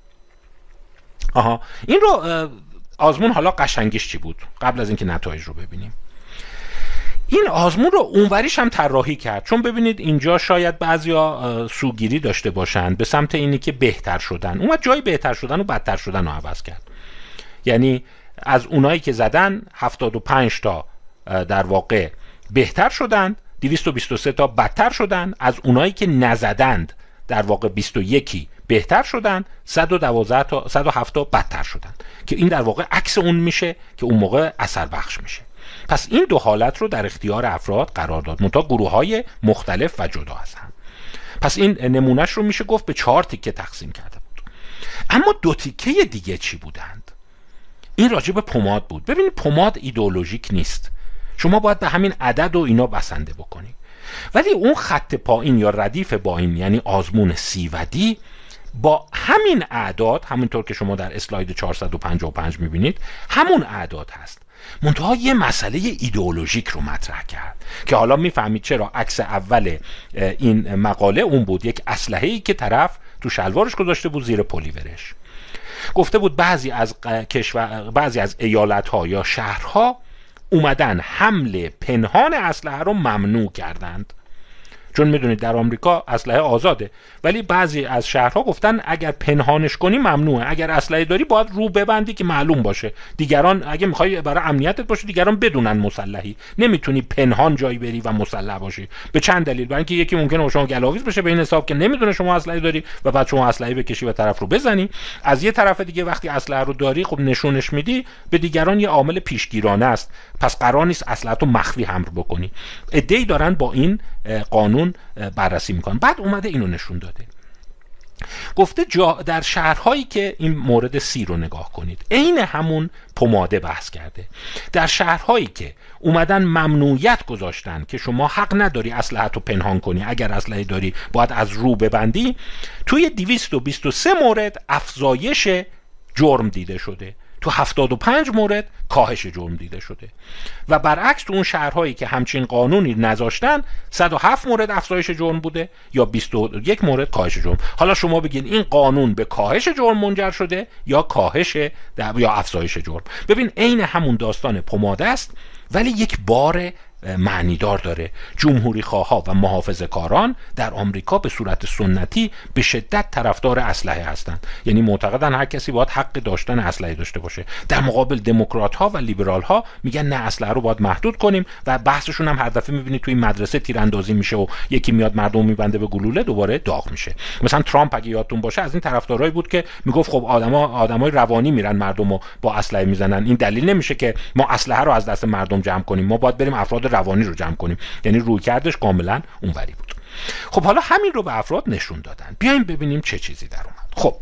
این رو آزمون حالا قشنگیش چی بود قبل از اینکه نتایج رو ببینیم. این آزمون رو اونوریش هم طراحی کرد، چون ببینید اینجا شاید بعضیا سوگیری داشته باشن به سمت اینی که بهتر شدن، اومد جای بهتر شدن و بدتر شدن رو عوض کرد. یعنی از اونایی که زدن 75 تا در واقع بهتر شدند، 223 تا بدتر شدن، از اونایی که نزدند در واقع 21 بهتر شدن، 112 تا 107 تا بدتر شدن، که این در واقع عکس اون میشه که اون موقع اثر بخش میشه. پس این دو حالت رو در اختیار افراد قرار داد، منتها گروه‌های مختلف و جدا از هم. پس این نمونهش رو میشه گفت به 4 تیکه تقسیم کرده بود. اما 2 تیکه دیگه چی بودند؟ این راجع به پماد بود. ببینید پماد ایدئولوژیک نیست، شما باید به همین عدد و اینا بسنده بکنی، ولی اون خط پایین یا ردیف پایین یعنی آزمون C و D با همین اعداد، همونطور که شما در اسلاید 455 میبینید همون اعداد هست، منتها یه مسئله ایدئولوژیک رو مطرح کرد که حالا میفهمید چرا عکس اول این مقاله اون بود، یک اسلحه‌ای که طرف تو شلوارش گذاشته بود زیر پلیورش. گفته بود بعضی از ایالت‌ها یا شهرها اومدن حمل پنهان اسلحه رو ممنوع کردند، چون میدونید در آمریکا اسلحه آزاده، ولی بعضی از شهرها گفتن اگر پنهانش کنی ممنوعه، اگر اسلحه داری باید رو ببندی که معلوم باشه، دیگران اگه میخوای برای امنیتت باشه دیگران بدونن مسلحی، نمیتونی پنهان جایی بری و مسلح باشی. به چند دلیل، برای اینکه یکی ممکنه با شما گلاویز بشه به این حساب که نمیدونه شما اسلحه داری و بعد شما اسلحه بکشی و طرف رو بزنی. از یه طرف دیگه وقتی اسلحه رو داری خب نشونش میدی به دیگران، یه عامل پیشگیرانه است، پس قرار نیست اسلحه رو مخفی حمل بکنی. عده‌ای دارن با این قانون بررسی میکنن. بعد اومده اینو نشون داده، گفته در شهرهایی که این مورد سی رو نگاه کنید، عین همون پماده بحث کرده، در شهرهایی که اومدن ممنوعیت گذاشتن که شما حق نداری اسلحه رو پنهان کنی، اگر اسلحه داری باید از رو ببندی، توی 223 مورد افزایش جرم دیده شده، تو 75 مورد کاهش جرم دیده شده. و برعکس تو اون شهرهایی که همچین قانونی نذاشتن 107 مورد افزایش جرم بوده یا 21 مورد کاهش جرم. حالا شما بگین این قانون به کاهش جرم منجر شده یا کاهش یا افزایش جرم. ببین عین همون داستان پماده است ولی یک بار معنیدار داره. جمهوری خواها و محافظه‌کاران در آمریکا به صورت سنتی به شدت طرفدار اسلحه هستند، یعنی معتقدن هر کسی باید حق داشتن اسلحه داشته باشه. در مقابل دموکرات‌ها و لیبرال‌ها میگن نه، اسلحه رو باید محدود کنیم و بحثشون هم هر دفعه می‌بینید توی مدرسه تیراندازی میشه و یکی میاد مردم میبنده به گلوله دوباره داغ میشه. مثلا ترامپ اگه یادتون باشه از این طرفدارایی بود که میگفت خب آدمای روانی میرن مردمو با اسلحه میزنن، این دلیل نمیشه که ما اسلحه رو از دست مردم جمع کنیم، ما باید بریم افراد روانی رو جمع کنیم. یعنی رویکردش کاملا اونوری بود. خب حالا همین رو به افراد نشون دادن. بیایم ببینیم چه چیزی در اومد. خب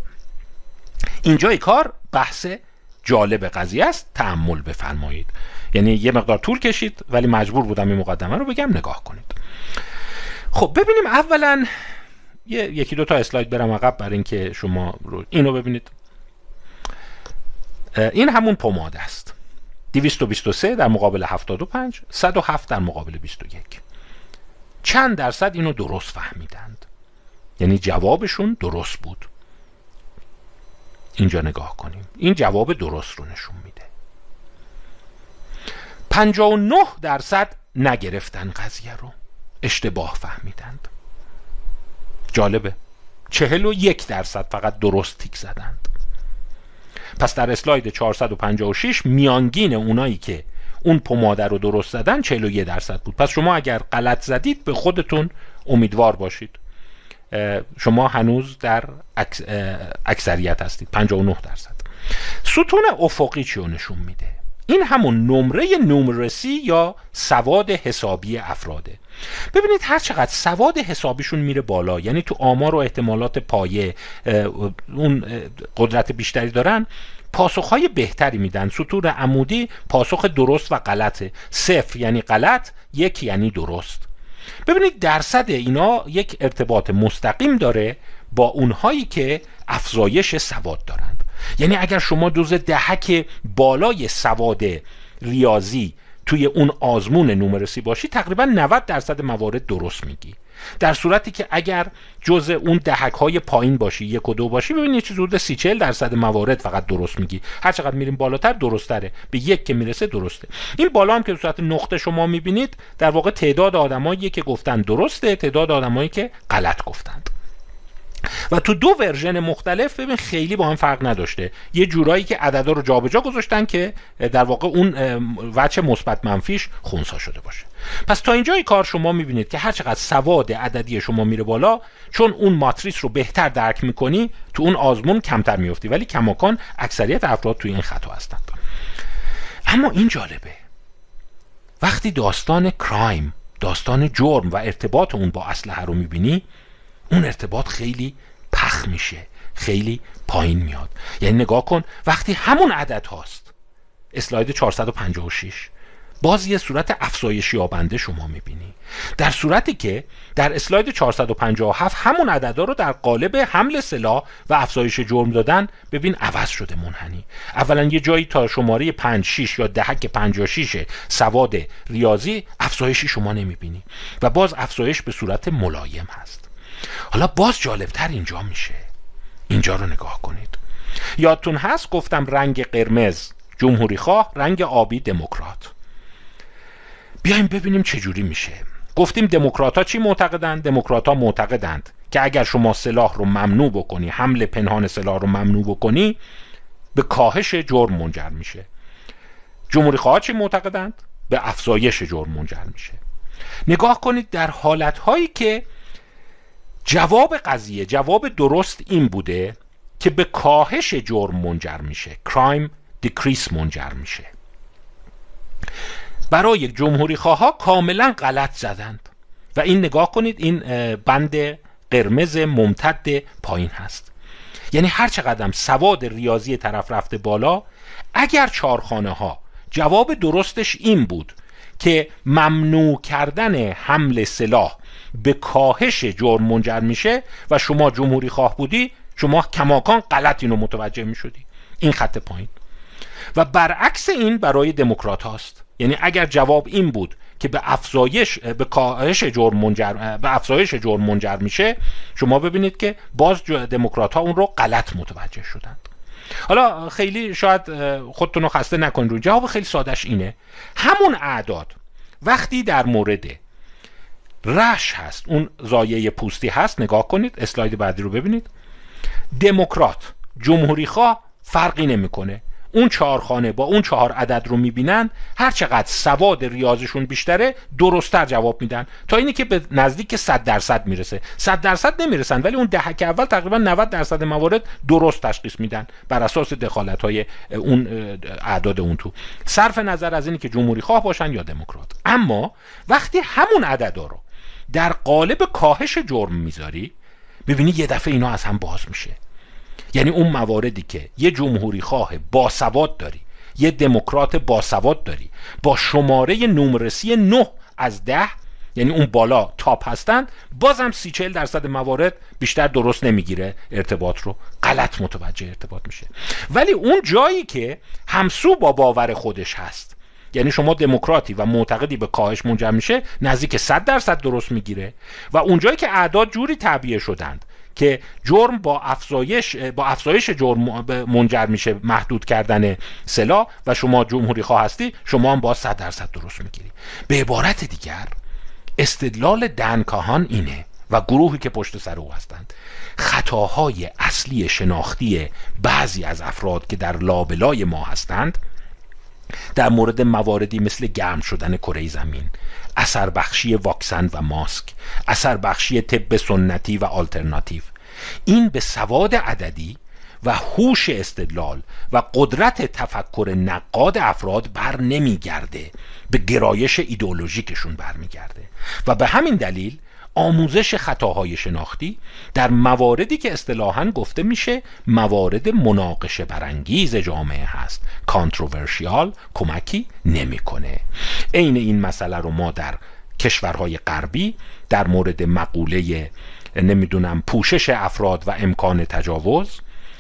اینجای کار بحث جالب قضیه است، تأمل بفرمایید. یعنی یه مقدار طول کشید ولی مجبور بودم این مقدمه رو بگم، نگاه کنید. خب ببینیم اولا یکی دو تا اسلاید برم عقب برای اینکه شما اینو ببینید. این همون پماده است. 223 در مقابل 75، 107 در مقابل 21. چند درصد اینو درست فهمیدند؟ یعنی جوابشون درست بود. اینجا نگاه کنیم، این جواب درست رو نشون میده. 59 درصد نگرفتن قضیه رو، اشتباه فهمیدند. جالبه. 41 درصد فقط درست تیک زدند. پس در اسلاید 456 میانگین اونایی که اون پماده رو درست زدن 41 درصد بود. پس شما اگر غلط زدید به خودتون امیدوار باشید، شما هنوز در اکثریت هستید، 59 درصد. ستون افقی چی رو نشون میده؟ این همون نمره نومرسی یا سواد حسابی افراده. ببینید هر چقدر سواد حسابیشون میره بالا، یعنی تو آمار و احتمالات پایه اون قدرت بیشتری دارن، پاسخهای بهتری میدن. سطور عمودی پاسخ درست و غلطه، 0 یعنی غلط، 1 یعنی درست. ببینید درصد اینا یک ارتباط مستقیم داره با اونهایی که افزایش سواد دارند. یعنی اگر شما جزء دهک بالای سواد ریاضی توی اون آزمون نومرسی باشی تقریبا 90 درصد موارد درست میگی. در صورتی که اگر جزء اون دهک های پایین باشی، 1 و 2 باشی، ببینید چه حدود 30-40 درصد موارد فقط درست میگی. هر چقدر میریم بالاتر درست‌تره، به 1 که میرسه درسته. این بالا هم که به صورت نقطه شما میبینید در واقع تعداد آدمایی که گفتن درسته، تعداد آدمایی که غلط گفتند. و تو دو ورژن مختلف ببین خیلی با هم فرق نداشته. یه جورایی که عددا رو جابجا گذاشتن که در واقع اون وجه مثبت منفیش خنثی شده باشه. پس تا اینجای کار شما میبینید که هر چقدر سواد عددی شما میره بالا، چون اون ماتریس رو بهتر درک میکنی، تو اون آزمون کمتر میفتی، ولی کماکان اکثریت افراد توی این خطا هستند. اما این جالبه، وقتی داستان کرایم، داستان جرم و ارتباط اون با اسلحه رو میبینی، اون ارتباط خیلی پخ میشه، خیلی پایین میاد. یعنی نگاه کن وقتی همون عدد هاست، اسلاید 456 باز یه صورت افزایشی یابنده شما میبینی، در صورتی که در اسلاید 457 همون عددا رو در قالب حمل سلاح و افزایش جرم دادن ببین عوض شده، منحنی. اولا یه جایی تا شماره 5-6 یا دهک 56 سواد ریاضی افزایشی شما نمیبینی و باز افزایش به صورت ملایم هست. حالا باز جالبتر اینجا میشه، اینجا رو نگاه کنید. یادتون هست گفتم رنگ قرمز جمهوری خواه، رنگ آبی دموکرات. بیایم ببینیم چه جوری میشه. گفتیم دموکرات‌ها چی معتقدند؟ دموکرات‌ها معتقدند که اگر شما سلاح رو ممنوع بکنی، حمل پنهان سلاح رو ممنوع بکنی، به کاهش جرم منجر میشه. جمهوری‌خواها چی معتقدند؟ به افزایش جرم منجر میشه. نگاه کنید در حالت‌هایی که جواب قضیه، جواب درست این بوده که به کاهش جرم منجر میشه، کرایم دیکریس منجر میشه، برای جمهوری‌خواها کاملا غلط زدند. و این نگاه کنید، این بند قرمز ممتد پایین هست. یعنی هر چقدر سواد ریاضی طرف رفته بالا، اگر چهارخانه ها جواب درستش این بود که ممنوع کردن حمل سلاح به کاهش جرم منجر میشه و شما جمهوری خواه بودی، شما کماکان غلط اینو متوجه میشدی. این خط پایین. و برعکس این برای دموکرات هاست. یعنی اگر جواب این بود که به کاهش جرم منجر میشه، شما ببینید که باز دموکرات ها اون رو غلط متوجه شدند. حالا خیلی شاید خودتون رو خسته نکنید، رو جواب خیلی سادهش اینه: همون اعداد وقتی در مورد رش هست، اون زایه پوستی هست، نگاه کنید اسلاید بعدی رو ببینید، دموکرات جمهوری خواه فرقی نمیکنه، اون چهارخانه با اون 4 عدد رو میبینن، هر چقدر سواد ریاضیشون بیشتره درست‌تر جواب میدن، تا اینی که به نزدیک 100% میرسه. 100% نمیرسن، ولی اون دهک اول تقریبا 90% موارد درست تشخیص میدن بر اساس دخالت‌های اون اعداد اون تو، صرف نظر از اینی که جمهوری خواه باشن یا دموکرات. اما وقتی همون عددا رو در قالب کاهش جرم میذاری، ببینی یه دفعه اینا از هم باز میشه. یعنی اون مواردی که یه جمهوری خواه باسواد داری، یه دموکرات باسواد داری، با شماره نومرسی 9 از 10، یعنی اون بالا تاپ هستن، بازم 30-40% موارد بیشتر درست نمیگیره ارتباط رو، غلط متوجه ارتباط میشه. ولی اون جایی که همسو با باور خودش هست، یعنی شما دموکراتی و معتقدی به کاهش منجر میشه، نزدیک 100% درست میگیره. و اونجایی که اعداد جوری تعبیه شدند که جرم با افزایش جرم منجر میشه، محدود کردن سلاح، و شما جمهوری خواه هستی، شما هم با 100% درست میگیری. به عبارت دیگر استدلال دن کاهان اینه و گروهی که پشت سر او هستند: خطاهای اصلی شناختی بعضی از افراد که در لابلای ما هستند در مورد مواردی مثل گرم شدن کره زمین، اثر بخشی واکسن و ماسک، اثر بخشی طب سنتی و آلترناتیو، این به سواد عددی و هوش استدلال و قدرت تفکر نقاد افراد بر نمیگرده، به گرایش ایدئولوژیکشون برمیگرده. و به همین دلیل آموزش خطاهای شناختی در مواردی که اصطلاحاً گفته میشه موارد مناقشه برانگیز جامعه هست، کانتروورشیال، کمکی نمیکنه. عین این مسئله رو ما در کشورهای غربی در مورد مقوله پوشش افراد و امکان تجاوز،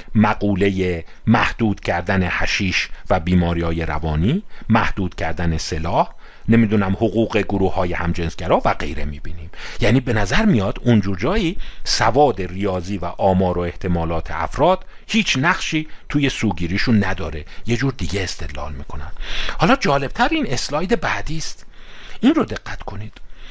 مقوله محدود کردن حشیش و بیماری‌های روانی، محدود کردن سلاح، حقوق گروه‌های همجنسگرا و غیره می‌بینیم. یعنی به نظر میاد اونجور جایی سواد ریاضی و آمار و احتمالات افراد هیچ نقشی توی سوگیریشون نداره، یه جور دیگه استدلال میکنن. حالا جالبتر این اسلاید بعدی است. این رو دقت کنید.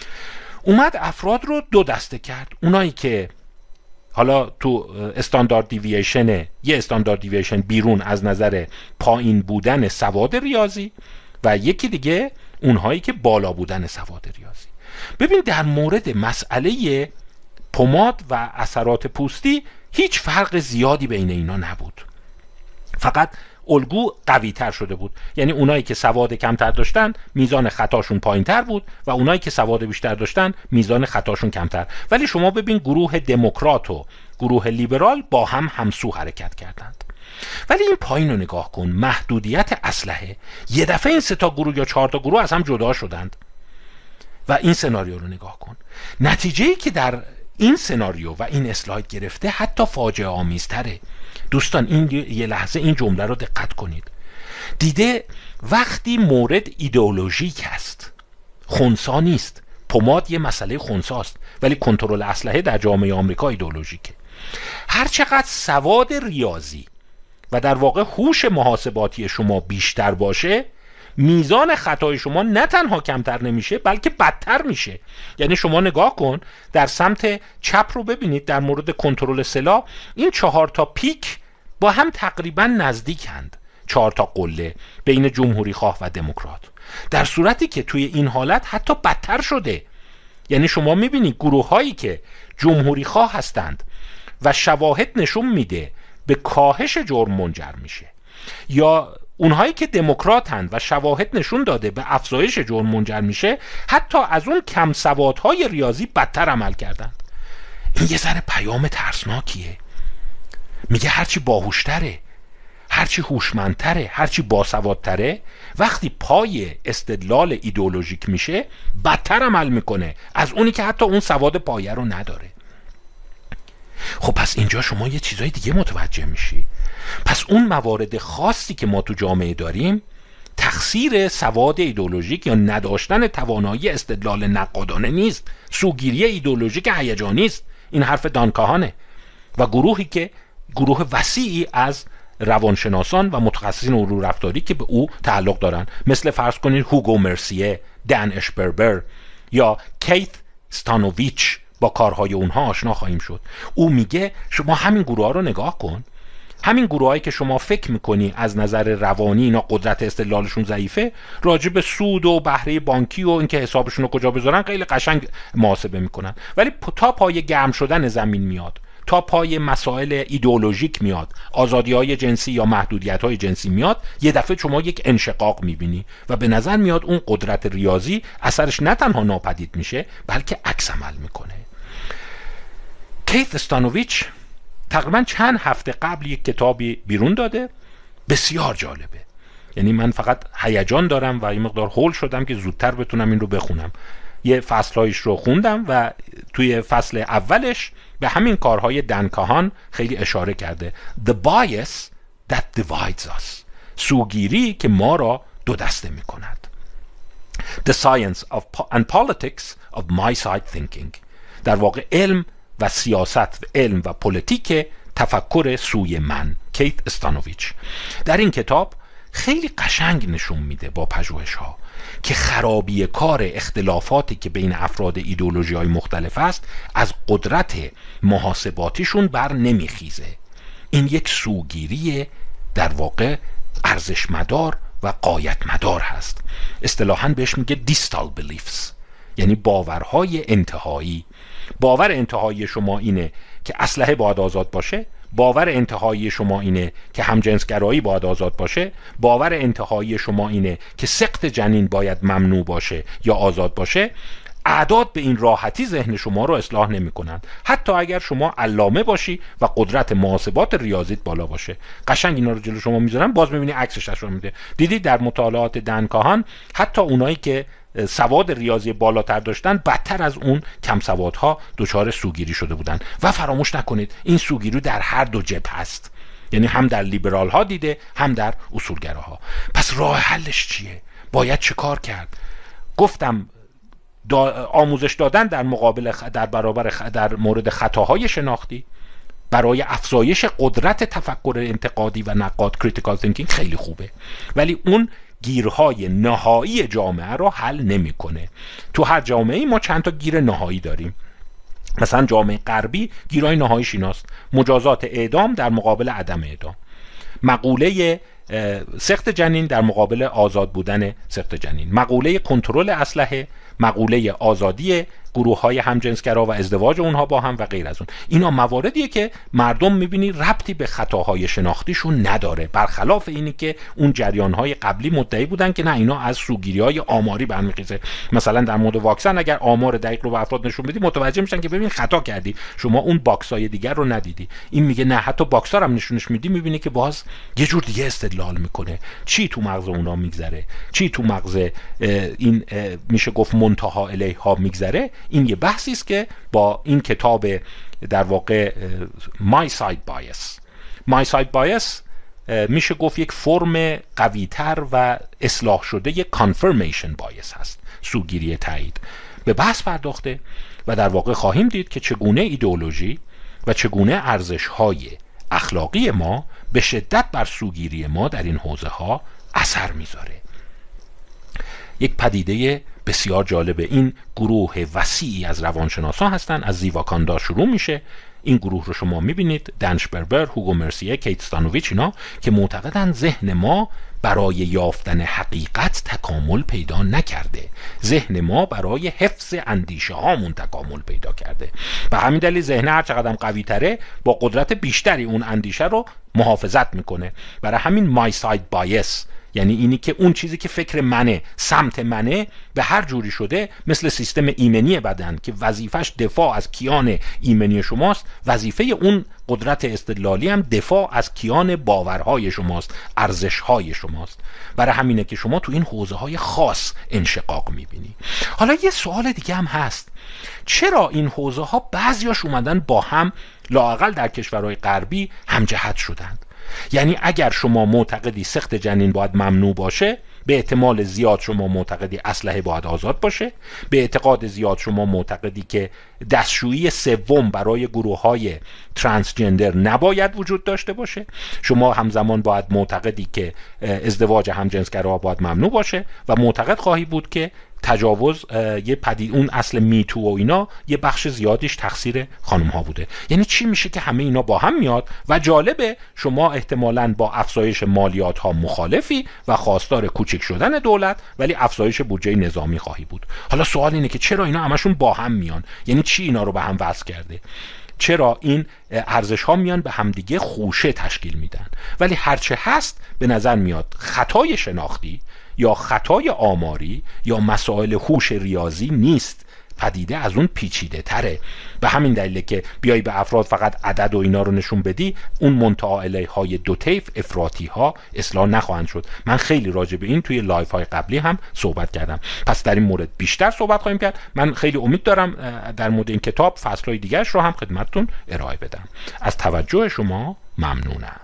اومد افراد رو 2 دسته کرد: اونایی که حالا تو استاندارد دیوییشن، یه استاندارد دیوییشن بیرون از نظر پایین بودن سواد ریاضی، و یکی دیگه اونهایی که بالا بودن سواد ریاضی. ببین در مورد مسئله پماد و اثرات پوستی هیچ فرق زیادی بین اینا نبود، فقط الگو قوی تر شده بود. یعنی اونایی که سواد کمتر داشتن میزان خطاشون پایین تر بود و اونایی که سواد بیشتر داشتن میزان خطاشون کمتر. ولی شما ببین گروه دموکرات و گروه لیبرال با هم همسو حرکت کردند. ولی این پایین رو نگاه کن، محدودیت اسلحه، یه دفعه این 3 تا گروه یا 4 تا گروه از هم جدا شدند. و این سناریو رو نگاه کن، نتیجه‌ای که در این سناریو و این اسلاید گرفته حتی فاجعه آمیزتره. دوستان این یه لحظه این جمله رو دقت کنید. دیده وقتی مورد ایدئولوژیک است، خنثی نیست. پماد یه مسئله خنثیست، ولی کنترل اسلحه در جامعه آمریکا ایدئولوژیکه. هر چقدر سواد ریاضی و در واقع هوش محاسباتی شما بیشتر باشه، میزان خطای شما نه تنها کمتر نمیشه بلکه بدتر میشه. یعنی شما نگاه کن در سمت چپ رو ببینید، در مورد کنترل سلاح این 4 تا پیک با هم تقریبا نزدیکند، 4 تا قله بین جمهوری خواه و دموکرات، در صورتی که توی این حالت حتی بدتر شده. یعنی شما میبینید گروه هایی که جمهوری خواه هستند و شواهد نشون میده به کاهش جرم منجر میشه، یا اونهایی که دموکراتند و شواهد نشون داده به افزایش جرم منجر میشه، حتی از اون کم سوادهای ریاضی بدتر عمل کردند. این یه ذره پیام ترسناکیه. میگه هرچی باهوشتره، هرچی هوشمندتره، هرچی باسوادتره، وقتی پای استدلال ایدئولوژیک میشه بدتر عمل میکنه از اونی که حتی اون سواد پایه رو نداره. خب پس اینجا شما یه چیزای دیگه متوجه میشی. پس اون موارد خاصی که ما تو جامعه داریم تقصیر سواد ایدئولوژیک یا نداشتن توانایی استدلال نقادانه نیست، سوگیری ایدئولوژیک هیجانی است. این حرف دانکاهانه و گروهی که گروه وسیعی از روانشناسان و متخصصین علوم رفتاری که به او تعلق دارن، مثل فرض کنید هوگو مرسیه، دن اشپربر یا کیت استانوویچ، با کارهای اونها آشنا خواهیم شد. او میگه شما همین گروه ها رو نگاه کن، همین گروه هایی که شما فکر میکنی از نظر روانی اینا قدرت استدلالشون ضعیفه، راجع به سود و بهره بانکی و اینکه حسابشون رو کجا بذارن خیلی قشنگ محاسبه میکنن، ولی تا پای گرم شدن زمین میاد، تا پای مسائل ایدئولوژیک میاد، آزادی‌های جنسی یا محدودیت‌های جنسی میاد، یه دفعه شما یک انشقاق میبینی و به نظر میاد اون قدرت ریاضی اثرش نه تنها ناپدید میشه بلکه عکس عمل میکنه. کیت استانوویچ تقریبا چند هفته قبل یک کتابی بیرون داده، بسیار جالبه. یعنی من فقط هیجان دارم و این مقدار هول شدم که زودتر بتونم این رو بخونم. یه فصلهایش رو خوندم و توی فصل اولش به همین کارهای دنکاهان خیلی اشاره کرده. The bias that divides us، سوگیری که ما را دو دسته می کند. The science and politics of my side thinking، در واقع علم و سیاست و علم و پلیتیک تفکر سوی من، کیت استانوویچ. در این کتاب خیلی قشنگ نشون میده با پژوهش ها که خرابی کار اختلافاتی که بین افراد ایدئولوژی های مختلف است از قدرت محاسباتیشون بر نمیخیزه. این یک سوگیری در واقع ارزش مدار و غایت مدار هست. اصطلاحاً بهش میگه دیستال بلیفز، یعنی باورهای انتهایی. باور انتهایی شما اینه که اسلحه باید آزاد باشه، باور انتهایی شما اینه که همجنسگرایی باید آزاد باشه، باور انتهایی شما اینه که سقط جنین باید ممنوع باشه یا آزاد باشه. اعداد به این راحتی ذهن شما رو اصلاح نمی کنند، حتی اگر شما علامه باشی و قدرت محاسبات ریاضیت بالا باشه. قشنگ اینا رو جلو شما میذارم، باز میبینی عکسش نشون میده. دیدی در مطالعات دنکاهان حتی اونایی که سواد ریاضی بالاتر داشتن بدتر از اون کم سوادها دچار سوگیری شده بودن. و فراموش نکنید این سوگیری در هر دو جبهه است، یعنی هم در لیبرال ها دیده هم در اصولگراها. پس راه حلش چیه؟ باید چه کار کرد؟ گفتم آموزش دادن در مقابل در مورد خطاهای شناختی برای افزایش قدرت تفکر انتقادی و نقاد critical thinking خیلی خوبه، ولی اون گیرهای نهایی جامعه رو حل نمیکنه. تو هر جامعه‌ای ما چند تا گیر نهایی داریم. مثلا جامعه غربی گیرهای نهاییش ایناست: مجازات اعدام در مقابل عدم اعدام، مقوله سقط جنین در مقابل آزاد بودن سقط جنین، مقوله کنترل اسلحه، مقوله آزادی گروه‌های همجنسگرا و ازدواج اونها با هم و غیر از اون. اینا مواردیه که مردم میبینی ربطی به خطاهای شناختیشون نداره، برخلاف اینی که اون جریان‌های قبلی مدعی بودن که نه اینا از سوگیری‌های آماری برمیخیزه. مثلا در مورد واکسن اگر آمار دقیق رو به افراد نشون بدی متوجه میشن که ببین خطا کردی، شما اون باکس‌های دیگر رو ندیدی. این میگه نه، حتی باکس‌ها هم نشونش میدی میبینی که باز یه جور دیگه استدلال میکنه. چی تو مغز اونا میگذره، چی تو مغز این میشه گفت منتها الیها میگذره. این یه بحثی است که با این کتاب در واقع My Side Bias میشه گفت یک فرم قوی‌تر و اصلاح شده یک Confirmation Bias هست، سوگیری تایید. به بحث پرداخته و در واقع خواهیم دید که چگونه ایدئولوژی و چگونه ارزش‌های اخلاقی ما به شدت بر سوگیری ما در این حوزه ها اثر میذاره. یک پدیده بسیار جالبه. این گروه وسیعی از روانشناسا هستن، از زیواکاندا شروع میشه. این گروه رو شما میبینید، دن شپربر، هوگو مرسیه، کیت ستانوویچ، اینا که معتقدن ذهن ما برای یافتن حقیقت تکامل پیدا نکرده، ذهن ما برای حفظ اندیشه هامون تکامل پیدا کرده. به همین دلیل ذهن هر چقدر قوی تره با قدرت بیشتری اون اندیشه رو محافظت میکنه. برای همین مای ساید بایس، یعنی اینی که اون چیزی که فکر منه، سمت منه، به هر جوری شده مثل سیستم ایمنی بدن که وظیفش دفاع از کیان ایمنی شماست، وظیفه اون قدرت استدلالی هم دفاع از کیان باورهای شماست، ارزشهای شماست. برای همینه که شما تو این حوزه‌های خاص انشقاق میبینی. حالا یه سوال دیگه هم هست، چرا این حوزه‌ها بعضیاش اومدن با هم لااقل در کشورهای غربی همجهت شدند؟ یعنی اگر شما معتقدی سقط جنین باید ممنوع باشه، به احتمال زیاد شما معتقدی اسلحه باید آزاد باشه، به اعتقاد زیاد شما معتقدی که دستشویی سوم برای گروه‌های ترانسجندر نباید وجود داشته باشه، شما همزمان باید معتقدی که ازدواج همجنسگراها باید ممنوع باشه و معتقد خواهی بود که تجاوز یه اون اصل میتو و اینا یه بخش زیادیش تقصیر خانم ها بوده. یعنی چی میشه که همه اینا با هم میاد و جالبه شما احتمالاً با افزایش مالیات ها مخالفی و خواستار کوچک شدن دولت، ولی افزایش بودجه نظامی خواهی بود. حالا سوال اینه که چرا اینا همشون با هم میان؟ یعنی چی اینا رو به هم وصل کرده؟ چرا این ارزش ها میان به همدیگه خوشه تشکیل میدن؟ ولی هرچه هست به نظر میاد خطای شناختی یا خطای آماری یا مسائل هوش ریاضی نیست، پدیده از اون پیچیده تره. به همین دلیله که بیای به افراد فقط عدد و اینا رو نشون بدی، اون منتهی الیه های دو طیف افراطی ها اصلاح نخواهند شد. من خیلی راجع به این توی لایف های قبلی هم صحبت کردم، پس در این مورد بیشتر صحبت خواهیم کرد. من خیلی امید دارم در مورد این کتاب فصل‌های دیگرش رو هم خدمتتون ارائه بدم. از توجه شما ممنونم.